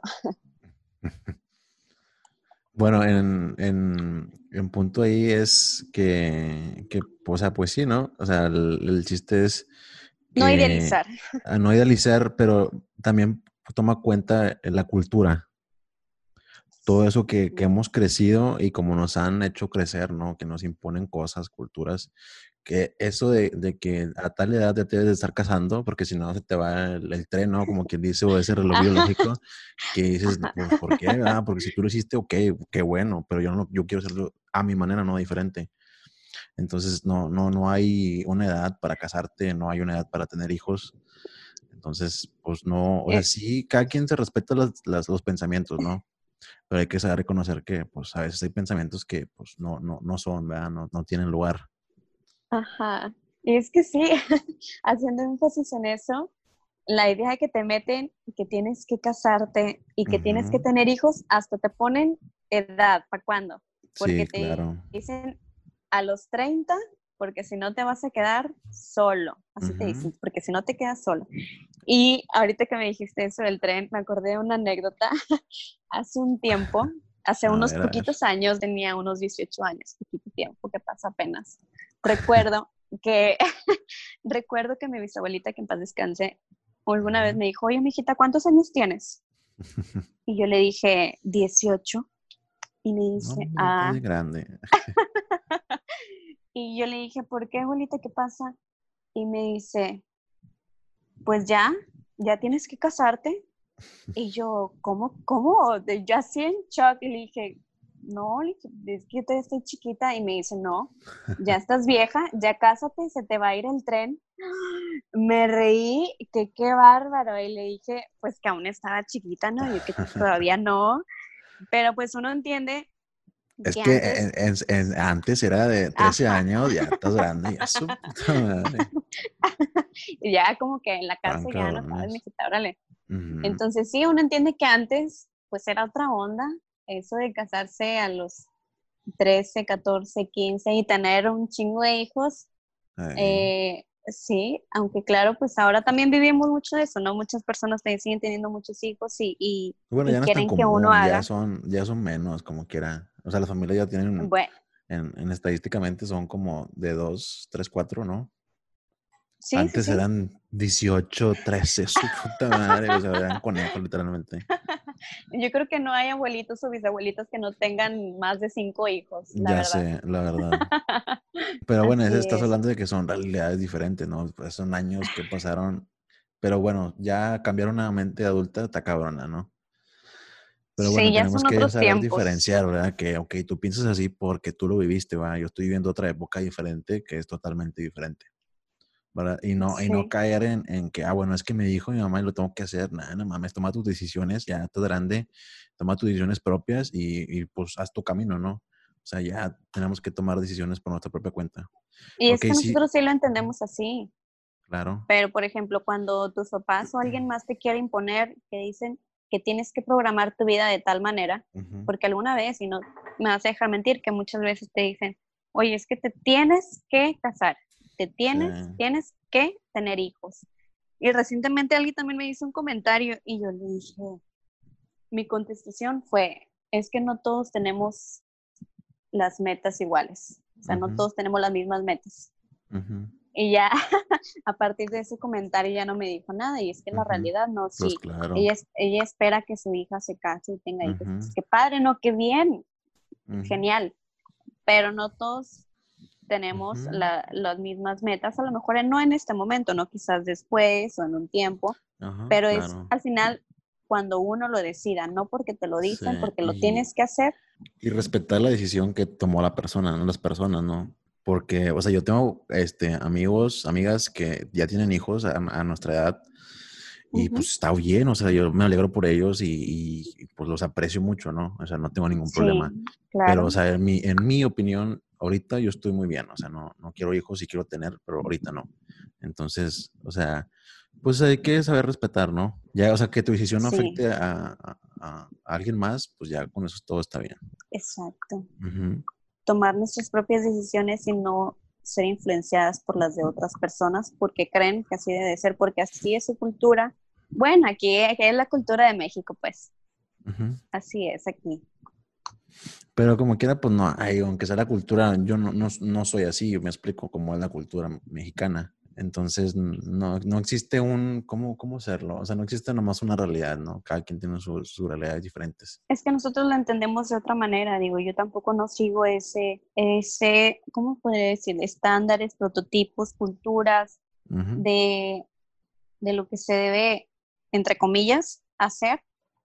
Speaker 2: Bueno, en punto ahí es o sea, pues sí, ¿no? O sea, el chiste es
Speaker 1: No
Speaker 2: que
Speaker 1: idealizar.
Speaker 2: a no idealizar, pero también toma cuenta la cultura, todo eso que hemos crecido y como nos han hecho crecer, ¿no? Que nos imponen cosas, culturas, que eso de que a tal edad ya te debes de estar casando, porque si no se te va el tren, ¿no? Como quien dice, o ese reloj
Speaker 1: Ajá,
Speaker 2: biológico, que dices,
Speaker 1: ajá.
Speaker 2: pues, ¿por qué? ¿Verdad? Porque si tú lo hiciste, ok, qué bueno, pero yo no, yo quiero hacerlo a mi manera, no diferente. Entonces, no hay una edad para casarte, no hay una edad para tener hijos. Entonces, pues no, o sea,
Speaker 1: Eh,
Speaker 2: sí, cada quien se respeta los pensamientos, ¿no? Pero hay que saber reconocer que, pues, a veces hay pensamientos que, pues, no son, ¿verdad? No tienen lugar.
Speaker 1: Ajá. Y es que sí, haciendo énfasis en eso, la idea que te meten que tienes que casarte y que tienes que
Speaker 2: Ujú.
Speaker 1: tener hijos, hasta te ponen edad, ¿para cuándo? Porque
Speaker 2: Sí,
Speaker 1: te
Speaker 2: claro.
Speaker 1: dicen a los 30, porque si no te vas a quedar solo, así te
Speaker 2: Ujú.
Speaker 1: dicen, porque si no te quedas solo. Y ahorita que me dijiste eso del tren, me acordé de una anécdota hace un tiempo, hace
Speaker 2: A
Speaker 1: unos
Speaker 2: ver, a ver.
Speaker 1: poquitos años, tenía unos 18 años, poquito tiempo que pasa apenas. Recuerdo que, recuerdo que mi bisabuelita, que en paz descanse, alguna vez
Speaker 2: Ujú.
Speaker 1: me dijo, oye, mijita, ¿cuántos años tienes? Y yo le dije, 18. Y me
Speaker 2: No,
Speaker 1: dice,
Speaker 2: hombre, estás
Speaker 1: ah.
Speaker 2: bien grande.
Speaker 1: Y yo le dije, ¿por qué, abuelita? ¿Qué pasa? Y me dice, pues ya tienes que casarte. Y yo, ¿cómo? Yo así en shock. Y le dije, no, le dije, es que yo todavía estoy chiquita. Y me dice, no, ya estás vieja, ya cásate, se te va a ir el tren. Me reí, que qué bárbaro. Y le dije, pues que aún estaba chiquita, ¿no? Yo que todavía no. Pero pues uno entiende
Speaker 2: Es
Speaker 1: que
Speaker 2: que
Speaker 1: antes,
Speaker 2: antes era de 13
Speaker 1: ajá,
Speaker 2: años, ya estás grande, ya su puta madre.
Speaker 1: ya como que en la
Speaker 2: Tan
Speaker 1: cárcel ya no cabes,
Speaker 2: cabrones.
Speaker 1: mijita, órale.
Speaker 2: Ujú.
Speaker 1: Entonces sí, uno entiende que antes pues era otra onda, eso de casarse a los 13, 14, 15 y tener un chingo de hijos,
Speaker 2: Ahí.
Speaker 1: sí, aunque claro, pues ahora también vivimos mucho de eso, ¿no? Muchas personas siguen teniendo muchos hijos
Speaker 2: Bueno,
Speaker 1: y
Speaker 2: ya no es tan
Speaker 1: quieren que uno
Speaker 2: común,
Speaker 1: haga.
Speaker 2: ya son menos, como quiera. O sea, las familias ya tienen,
Speaker 1: Bueno,
Speaker 2: estadísticamente son como de dos, tres, cuatro, ¿no?
Speaker 1: sí, sí,
Speaker 2: Antes
Speaker 1: sí.
Speaker 2: eran 18, 13, su puta madre, o sea, eran conejos, literalmente.
Speaker 1: Yo creo que no hay abuelitos o bisabuelitos que no tengan más de 5 hijos, la
Speaker 2: Ya
Speaker 1: verdad.
Speaker 2: sé, la verdad. Pero bueno, ese
Speaker 1: Así
Speaker 2: estás
Speaker 1: es.
Speaker 2: hablando de que son realidades diferentes, ¿no? Pues son años que pasaron, pero bueno, ya cambiar una mente adulta está cabrona, ¿no? Pero bueno,
Speaker 1: Sí, ya
Speaker 2: tenemos
Speaker 1: son
Speaker 2: que
Speaker 1: otros
Speaker 2: saber
Speaker 1: tiempos.
Speaker 2: diferenciar, ¿verdad? Que, ok, tú piensas así porque tú lo viviste, ¿verdad? Yo estoy viviendo otra época diferente que es totalmente diferente, ¿verdad? Y no
Speaker 1: Sí.
Speaker 2: caer en que, bueno, es que me dijo mi mamá y lo tengo que hacer. Nada, no mames, toma tus decisiones, ya estás grande, toma tus decisiones propias y pues haz tu camino, ¿no? O sea, ya tenemos que tomar decisiones por nuestra propia cuenta.
Speaker 1: Y
Speaker 2: Ok,
Speaker 1: es que
Speaker 2: sí,
Speaker 1: nosotros sí lo entendemos así.
Speaker 2: claro.
Speaker 1: Pero, por ejemplo, cuando tus papás o alguien más te quiere imponer, que dicen que tienes que programar tu vida de tal manera,
Speaker 2: Ujú.
Speaker 1: porque alguna vez, y no me vas a dejar mentir, que muchas veces te dicen, oye, es que te tienes que casar,
Speaker 2: Sí.
Speaker 1: tienes que tener hijos. Y recientemente alguien también me hizo un comentario y yo le dije, mi contestación fue, es que no todos tenemos las metas iguales, o sea, no
Speaker 2: Ujú,
Speaker 1: todos tenemos las mismas metas.
Speaker 2: ujú.
Speaker 1: Y ya a partir de ese comentario ya no me dijo nada. Y es que la
Speaker 2: Ujú.
Speaker 1: realidad no,
Speaker 2: Pues
Speaker 1: sí.
Speaker 2: claro.
Speaker 1: Ella espera que su hija se case y tenga hijos.
Speaker 2: Ujú,
Speaker 1: Pues qué padre, ¿no? Qué bien,
Speaker 2: ujú,
Speaker 1: genial. Pero no todos tenemos
Speaker 2: ujú.
Speaker 1: las mismas metas, a lo mejor no en este momento, no quizás después o en un tiempo,
Speaker 2: Ajá,
Speaker 1: pero es
Speaker 2: claro.
Speaker 1: al final cuando uno lo decida, no porque te lo
Speaker 2: Sí,
Speaker 1: dicen, porque lo tienes que hacer.
Speaker 2: y respetar la decisión que tomó la persona, no las personas, ¿no? Porque, o sea, yo tengo amigos, amigas que ya tienen hijos a nuestra edad y
Speaker 1: Ujú.
Speaker 2: pues está bien, o sea, yo me alegro por ellos pues los aprecio mucho, ¿no? O sea, no tengo ningún problema.
Speaker 1: Sí,
Speaker 2: Pero, o
Speaker 1: claro,
Speaker 2: sea, en mi opinión, ahorita yo estoy muy bien, o sea, no quiero hijos, sí quiero tener, pero ahorita no. Entonces, o sea, pues hay que saber respetar, ¿no? Ya, o sea, que tu decisión no
Speaker 1: sí,
Speaker 2: afecte a alguien más, pues ya con eso todo está bien.
Speaker 1: exacto.
Speaker 2: Ujú.
Speaker 1: Tomar nuestras propias decisiones y no ser influenciadas por las de otras personas porque creen que así debe ser, porque así es su cultura. Bueno, aquí es la cultura de México, pues
Speaker 2: Ujú.
Speaker 1: así es aquí.
Speaker 2: Pero como quiera, pues no, ay, aunque sea la cultura, yo no soy así, me explico cómo es la cultura mexicana. Entonces, no existe ¿cómo serlo? O sea, no existe nomás una realidad, ¿no? Cada quien tiene sus realidades diferentes.
Speaker 1: Es que nosotros lo entendemos de otra manera, digo, yo tampoco no sigo ¿cómo podría decir? Estándares, prototipos, culturas
Speaker 2: Ujú,
Speaker 1: de, de lo que se debe, entre comillas, hacer,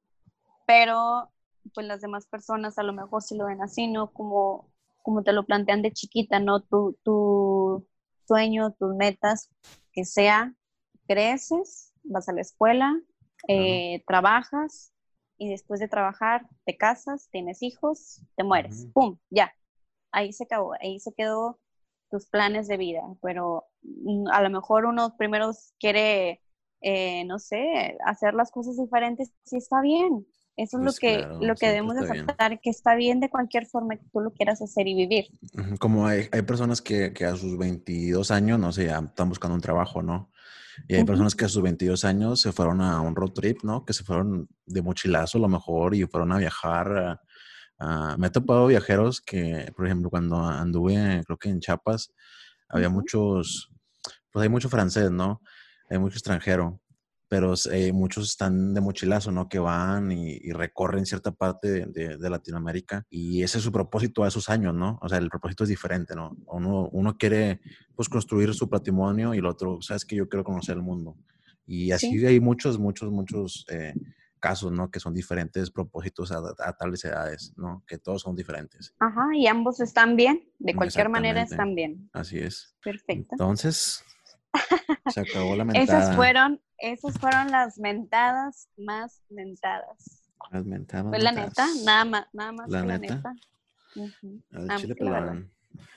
Speaker 1: pero pues las demás personas a lo mejor sí lo ven así, ¿no? Como te lo plantean de chiquita, ¿no? Tu sueño, tus metas, que sea, creces, vas a la escuela,
Speaker 2: claro.
Speaker 1: trabajas y después de trabajar te casas, tienes hijos, te mueres,
Speaker 2: Ujú.
Speaker 1: ¡pum! Ya, ahí se acabó, ahí se quedó tus planes de vida, pero a lo mejor uno primero quiere, no sé, hacer las cosas diferentes, sí está bien. Eso es
Speaker 2: Pues
Speaker 1: lo
Speaker 2: claro,
Speaker 1: que
Speaker 2: siempre
Speaker 1: debemos de
Speaker 2: está bien.
Speaker 1: aceptar, que está bien de cualquier forma que tú lo quieras hacer y vivir.
Speaker 2: Ujú. Como hay personas que a sus 22 años, no sé, ya están buscando un trabajo, ¿no? Y hay
Speaker 1: Ujú,
Speaker 2: personas que a sus 22 años se fueron a un road trip, ¿no? Que se fueron de mochilazo a lo mejor y fueron a viajar. Me ha topado viajeros que, por ejemplo, cuando anduve, creo que en Chiapas, había
Speaker 1: ujú.
Speaker 2: pues hay mucho francés, ¿no? Hay mucho extranjero, pero muchos están de mochilazo, ¿no? Que van y recorren cierta parte de Latinoamérica y ese es su propósito a esos años, ¿no? O sea, el propósito es diferente, ¿no? Uno quiere, pues, construir su patrimonio y el otro, sabes que yo quiero conocer el mundo. Y
Speaker 1: Sí,
Speaker 2: así hay muchos casos, ¿no? Que son diferentes propósitos a tales edades, ¿no? Que todos son diferentes.
Speaker 1: ajá, y ambos están bien, de cualquier manera
Speaker 2: Exactamente,
Speaker 1: están bien.
Speaker 2: así es.
Speaker 1: Perfecto.
Speaker 2: Entonces, se acabó la mentada.
Speaker 1: Esas fueron las mentadas más mentadas.
Speaker 2: Las mentadas,
Speaker 1: Pues la neta,
Speaker 2: mentadas.
Speaker 1: nada más
Speaker 2: La
Speaker 1: que la
Speaker 2: neta,
Speaker 1: neta. Ujú,
Speaker 2: al
Speaker 1: nada más
Speaker 2: chile
Speaker 1: que la verdad.
Speaker 2: pelón.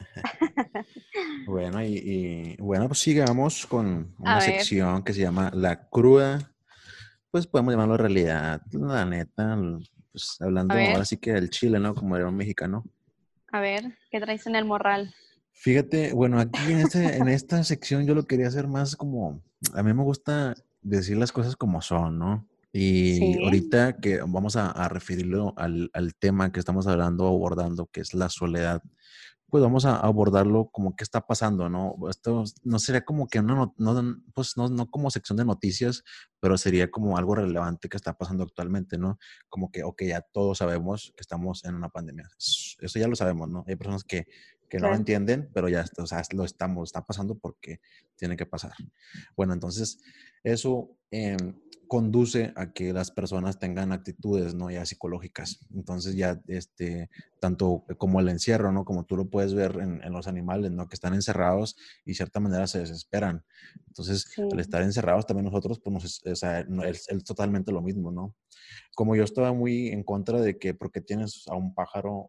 Speaker 2: Bueno, bueno, pues sigamos con
Speaker 1: A
Speaker 2: una
Speaker 1: ver,
Speaker 2: sección que se llama La Cruda. Pues podemos llamarlo realidad. La neta, pues
Speaker 1: a
Speaker 2: hablando ahora
Speaker 1: ver,
Speaker 2: sí que del chile, ¿no? Como era un mexicano.
Speaker 1: a ver, ¿qué traes en el morral?
Speaker 2: Fíjate, bueno, aquí en esta sección yo lo quería hacer más como, a mí me gusta decir las cosas como son, ¿no? Y
Speaker 1: Sí,
Speaker 2: ahorita que vamos a referirlo al tema que estamos hablando o abordando, que es la soledad, pues vamos a abordarlo como qué está pasando, ¿no? Esto no sería como que pues no como sección de noticias, pero sería como algo relevante que está pasando actualmente, ¿no? Como que, ok, ya todos sabemos que estamos en una pandemia. Eso ya lo sabemos, ¿no? Hay personas que no lo
Speaker 1: claro.
Speaker 2: entienden, pero ya, o sea, está pasando porque tiene que pasar. Bueno, entonces eso conduce a que las personas tengan actitudes, ¿no? Ya psicológicas. Entonces ya, tanto como el encierro, ¿no? Como tú lo puedes ver en los animales, ¿no? Que están encerrados y de cierta manera se desesperan. Entonces, al
Speaker 1: Sí,
Speaker 2: estar encerrados también nosotros, pues, o sea, es totalmente lo mismo, ¿no? Como yo estaba muy en contra de que, porque tienes a un pájaro,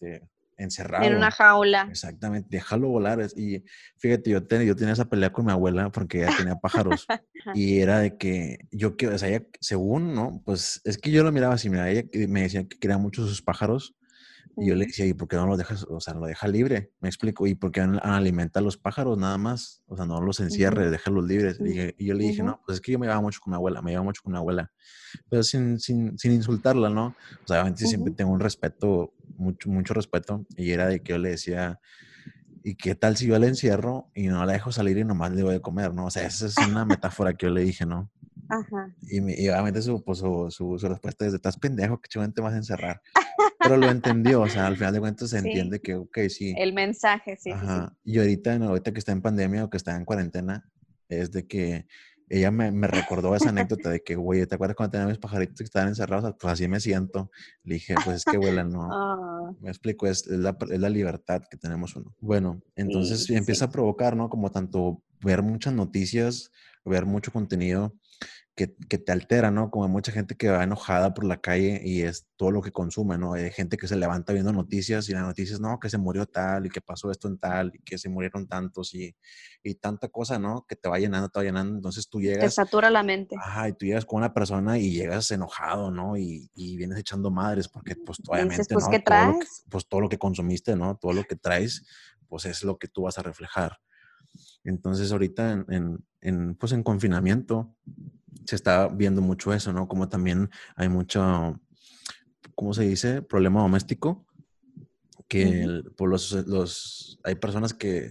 Speaker 1: en una
Speaker 2: encerrado.
Speaker 1: jaula.
Speaker 2: Exactamente, déjalo volar. Y fíjate, yo tenía esa pelea con mi abuela porque ella tenía pájaros. Y era de que o sea, ella, según, ¿no? Pues es que yo lo miraba así, mira, ella me decía que quería mucho sus pájaros. Y yo le
Speaker 1: Ujú,
Speaker 2: decía, ¿y por qué no lo dejas? O sea, lo deja libre, me explico. ¿Y por qué alimenta a los pájaros nada más? O sea, no los
Speaker 1: ujú,
Speaker 2: encierre, déjalos libres.
Speaker 1: ujú,
Speaker 2: Y yo le dije,
Speaker 1: ujú,
Speaker 2: no, pues es que yo me llevaba mucho con mi abuela, me llevaba mucho con mi abuela. Pero sin insultarla, ¿no? O sea, obviamente siempre
Speaker 1: ujú.
Speaker 2: tengo un respeto, mucho respeto. Y era de que yo le decía, ¿y qué tal si yo la encierro y no la dejo salir y nomás le doy de comer, ¿no? O sea, esa es una metáfora que yo le dije, ¿no?
Speaker 1: Ajá.
Speaker 2: Y obviamente su respuesta es, estás pendejo, que chingón te vas a encerrar. Pero lo entendió, o sea, al final de cuentas se
Speaker 1: Sí,
Speaker 2: entiende que, ok, sí,
Speaker 1: el mensaje, sí, sí, sí.
Speaker 2: ajá. Y ahorita, no, ahorita que está en pandemia o que está en cuarentena, es de que ella me recordó esa anécdota de que, güey, ¿te acuerdas cuando tenía mis pajaritos que estaban encerrados? Pues así me siento. Le dije, pues es que, abuela, no.
Speaker 1: Ah,
Speaker 2: Me explico, es la libertad que tenemos uno. Bueno,
Speaker 1: sí,
Speaker 2: entonces
Speaker 1: sí,
Speaker 2: empieza
Speaker 1: sí.
Speaker 2: a provocar, ¿no? Como tanto ver muchas noticias, ver mucho contenido que te altera, ¿no? Como hay mucha gente que va enojada por la calle y es todo lo que consume, ¿no? Hay gente que se levanta viendo noticias y las noticias, no, que se murió tal y que pasó esto en tal y que se murieron tantos y tanta cosa, ¿no? Que te va llenando, te va llenando. Entonces tú
Speaker 1: Te
Speaker 2: llegas,
Speaker 1: satura la mente.
Speaker 2: ajá, y tú llegas con una persona y llegas enojado, ¿no? Y vienes echando madres porque, pues,
Speaker 1: Y dices,
Speaker 2: obviamente,
Speaker 1: pues,
Speaker 2: ¿no?
Speaker 1: ¿qué traes?
Speaker 2: Pues, todo lo que consumiste, ¿no? Todo lo que traes, pues, es lo que tú vas a reflejar. Entonces, ahorita pues, en confinamiento se está viendo mucho eso, ¿no? Como también hay mucho, ¿cómo se dice? Problema doméstico, que
Speaker 1: Ujú.
Speaker 2: por hay personas que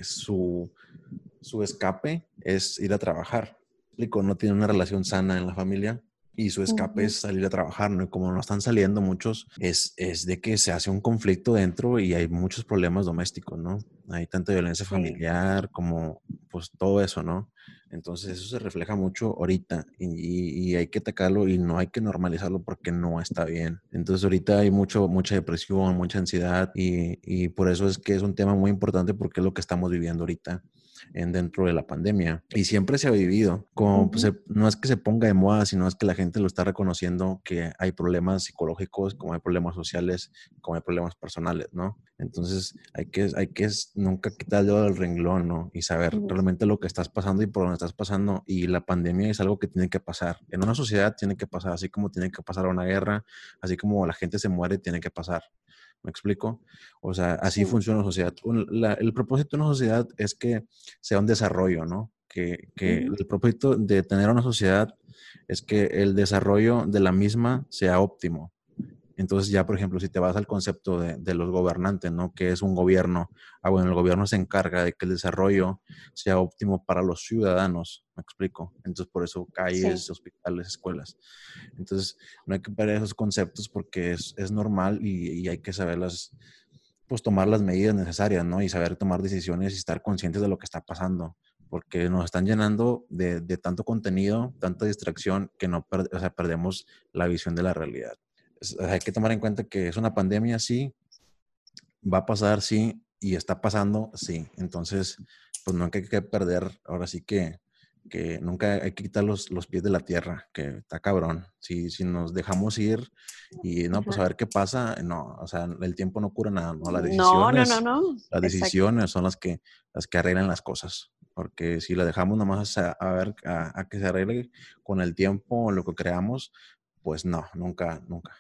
Speaker 2: su escape es ir a trabajar. ¿Explico? No tienen una relación sana en la familia y su escape es
Speaker 1: Ujú.
Speaker 2: salir a trabajar, ¿no? Y como no están saliendo muchos, es de que se hace un conflicto dentro y hay muchos problemas domésticos, ¿no? Hay tanta violencia
Speaker 1: Sí.
Speaker 2: familiar como, pues, todo eso, ¿no? Entonces eso se refleja mucho ahorita y hay que atacarlo y no hay que normalizarlo porque no está bien. Entonces ahorita hay mucha depresión, mucha ansiedad y por eso es que es un tema muy importante porque es lo que estamos viviendo ahorita dentro de la pandemia. Y siempre se ha vivido, como pues,
Speaker 1: Ujú.
Speaker 2: no es que se ponga de moda, sino es que la gente lo está reconociendo que hay problemas psicológicos, como hay problemas sociales, como hay problemas personales, ¿no? Entonces hay que nunca quitar el dedo del renglón, ¿no? Y saber
Speaker 1: Ujú.
Speaker 2: realmente lo que estás pasando y por dónde estás pasando. Y la pandemia es algo que tiene que pasar. En una sociedad tiene que pasar, así como tiene que pasar una guerra, así como la gente se muere, tiene que pasar. ¿Me explico? O sea, así
Speaker 1: Sí.
Speaker 2: funciona la sociedad. El propósito de una sociedad es que sea un desarrollo, ¿no? Que
Speaker 1: Ujú.
Speaker 2: el propósito de tener una sociedad es que el desarrollo de la misma sea óptimo. Entonces ya, por ejemplo, si te vas al concepto de los gobernantes, ¿no? Que es un gobierno. Ah, bueno, el gobierno se encarga de que el desarrollo sea óptimo para los ciudadanos, me explico. Entonces, por eso
Speaker 1: Sí.
Speaker 2: calles, hospitales, escuelas. Entonces, no hay que perder esos conceptos porque es normal y hay que saberlas, pues tomar las medidas necesarias, ¿no? Y saber tomar decisiones y estar conscientes de lo que está pasando, porque nos están llenando de tanto contenido, tanta distracción, que no, o sea, perdemos la visión de la realidad. O sea, hay que tomar en cuenta que es una pandemia, sí, va a pasar, sí, y está pasando, sí. Entonces, pues no hay que perder, ahora sí que nunca hay que quitar los pies de la tierra, que está cabrón. Si nos dejamos ir y no, pues
Speaker 1: Ajá.
Speaker 2: a ver qué pasa, no, o sea, el tiempo no cura nada, no,
Speaker 1: No, no, no, no.
Speaker 2: las
Speaker 1: Exacto.
Speaker 2: decisiones son las que arreglan las cosas. Porque si la dejamos nomás a ver a que se arregle con el tiempo lo que creamos, pues no, nunca, nunca.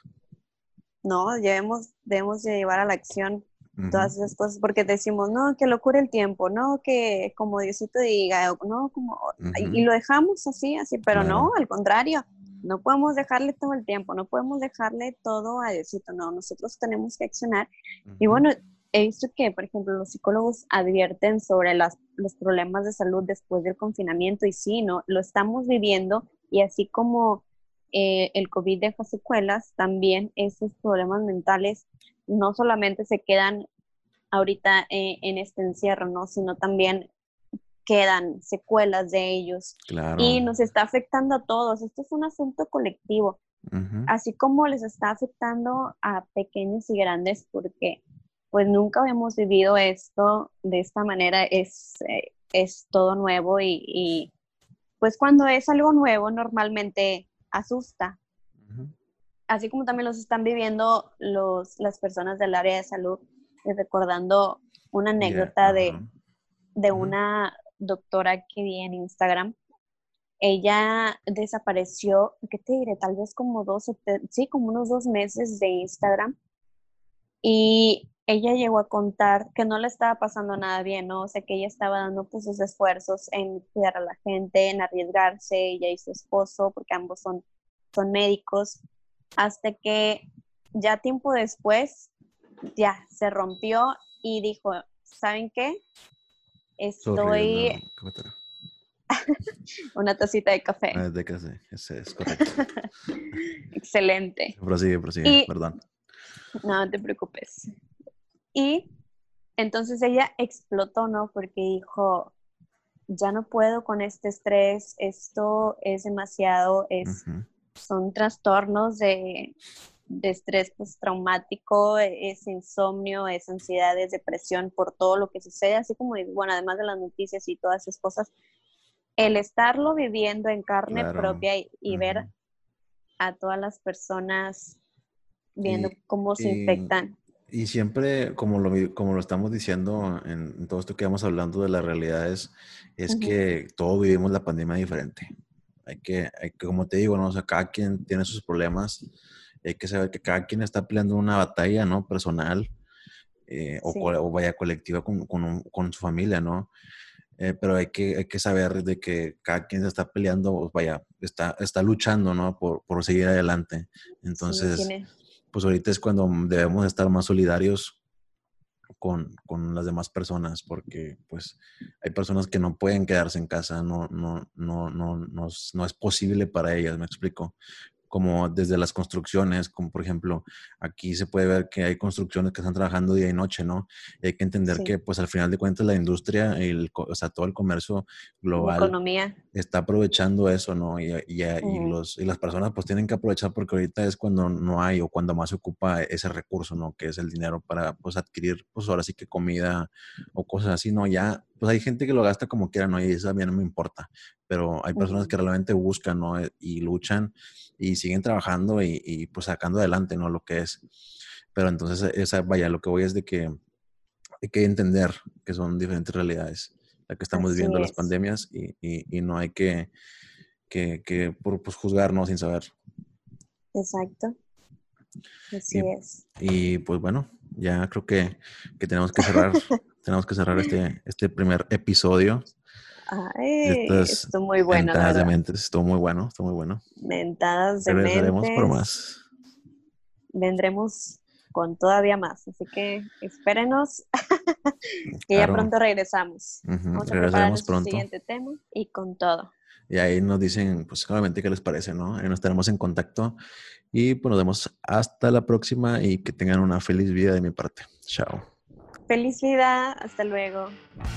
Speaker 1: No, debemos de llevar a la acción
Speaker 2: Ujú,
Speaker 1: todas esas cosas porque decimos, no, que lo cure el tiempo, no, que como Diosito diga, o no, como, y
Speaker 2: ujú,
Speaker 1: lo dejamos así, así, pero no,
Speaker 2: claro.
Speaker 1: al contrario, no podemos dejarle todo el tiempo, no podemos dejarle todo a Diosito, no, nosotros tenemos que accionar. Y
Speaker 2: Ujú.
Speaker 1: bueno, he visto que, por ejemplo, los psicólogos advierten sobre los problemas de salud después del confinamiento y sí, ¿no? Lo estamos viviendo y así como el COVID deja secuelas, también esos problemas mentales no solamente se quedan ahorita en este encierro, ¿no? Sino también quedan secuelas de ellos
Speaker 2: Claro.
Speaker 1: y nos está afectando a todos. Esto es un asunto colectivo,
Speaker 2: Ujú.
Speaker 1: así como les está afectando a pequeños y grandes, porque pues nunca habíamos vivido esto de esta manera, es todo nuevo y pues cuando es algo nuevo normalmente asusta,
Speaker 2: Ujú.
Speaker 1: así como también los están viviendo las personas del área de salud, recordando una anécdota
Speaker 2: Ajá.
Speaker 1: de
Speaker 2: Ujú.
Speaker 1: una doctora que vi en Instagram. Ella desapareció, ¿qué te diré? Tal vez como sí, como unos 2 meses de Instagram. Y ella llegó a contar que no le estaba pasando nada bien, ¿no? O sea, que ella estaba dando pues sus esfuerzos en cuidar a la gente, en arriesgarse, ella y su esposo, porque ambos son médicos, hasta que ya tiempo después ya se rompió y dijo, ¿saben qué?
Speaker 2: Sorry, es la
Speaker 1: Estoy
Speaker 2: cafetera.
Speaker 1: una tacita de café.
Speaker 2: Ah, es de café, ese es correcto.
Speaker 1: Excelente.
Speaker 2: Prosigue,
Speaker 1: Y
Speaker 2: perdón.
Speaker 1: no te preocupes. Y entonces ella explotó, ¿no? Porque dijo, ya no puedo con este estrés, esto es demasiado,
Speaker 2: Ujú.
Speaker 1: son trastornos de estrés postraumático, es insomnio, es ansiedad, es depresión por todo lo que sucede, así como, bueno, además de las noticias y todas esas cosas, el estarlo viviendo en carne
Speaker 2: Claro.
Speaker 1: propia y ver
Speaker 2: Ujú.
Speaker 1: a todas las personas viendo
Speaker 2: Y,
Speaker 1: cómo se
Speaker 2: y,
Speaker 1: infectan.
Speaker 2: y siempre, como lo estamos diciendo en todo esto que vamos hablando de las realidades, es
Speaker 1: Ujú.
Speaker 2: que todos vivimos la pandemia diferente. Como te digo, ¿no? O sea, cada quien tiene sus problemas. Hay que saber que cada quien está peleando una batalla, ¿no? Personal,
Speaker 1: Sí,
Speaker 2: o vaya colectiva con su familia, ¿no? Pero hay que saber de que cada quien se está peleando, pues vaya, está luchando, ¿no? Por seguir adelante.
Speaker 1: sí,
Speaker 2: Entonces,
Speaker 1: tiene,
Speaker 2: pues ahorita es cuando debemos estar más solidarios con las demás personas, porque pues hay personas que no pueden quedarse en casa, no es posible para ellas, me explico, como desde las construcciones, como por ejemplo, aquí se puede ver que hay construcciones que están trabajando día y noche, ¿no? Y hay que entender
Speaker 1: sí,
Speaker 2: que pues al final de cuentas la industria, o sea, todo el comercio
Speaker 1: la
Speaker 2: global
Speaker 1: economía.
Speaker 2: está aprovechando eso, ¿no?
Speaker 1: Ujú.
Speaker 2: Y las personas pues tienen que aprovechar porque ahorita es cuando no hay o cuando más se ocupa ese recurso, ¿no? Que es el dinero para pues adquirir pues ahora sí que comida o cosas así, ¿no? Ya, pues hay gente que lo gasta como quiera, ¿no? Y eso a mí no me importa, pero hay personas que
Speaker 1: Ujú.
Speaker 2: realmente buscan, ¿no? Y luchan y siguen trabajando pues sacando adelante, ¿no? Lo que es. Pero entonces, vaya, lo que voy es de que hay que entender que son diferentes realidades, la que estamos
Speaker 1: Así
Speaker 2: viviendo las
Speaker 1: es,
Speaker 2: pandemias y no hay que por pues, juzgarnos sin saber.
Speaker 1: exacto,
Speaker 2: Y,
Speaker 1: así es.
Speaker 2: y pues bueno, ya creo que tenemos que cerrar este primer episodio de
Speaker 1: Ay,
Speaker 2: estas
Speaker 1: esto muy bueno, la
Speaker 2: ventanas de
Speaker 1: verdad.
Speaker 2: mentes. Estuvo muy bueno, estuvo muy bueno.
Speaker 1: Mentadas de
Speaker 2: Regresaremos por
Speaker 1: mentes,
Speaker 2: más.
Speaker 1: vendremos con todavía más, así que espérenos que ya
Speaker 2: Claro,
Speaker 1: pronto regresamos.
Speaker 2: ujú,
Speaker 1: Vamos a preparar
Speaker 2: regresaremos
Speaker 1: nuestro
Speaker 2: pronto.
Speaker 1: siguiente tema y con todo.
Speaker 2: Y ahí nos dicen, pues, obviamente, qué les parece, ¿no? Ahí nos estaremos en contacto. Y pues nos vemos hasta la próxima y que tengan una feliz vida de mi parte. Chao.
Speaker 1: Felicidad, hasta luego.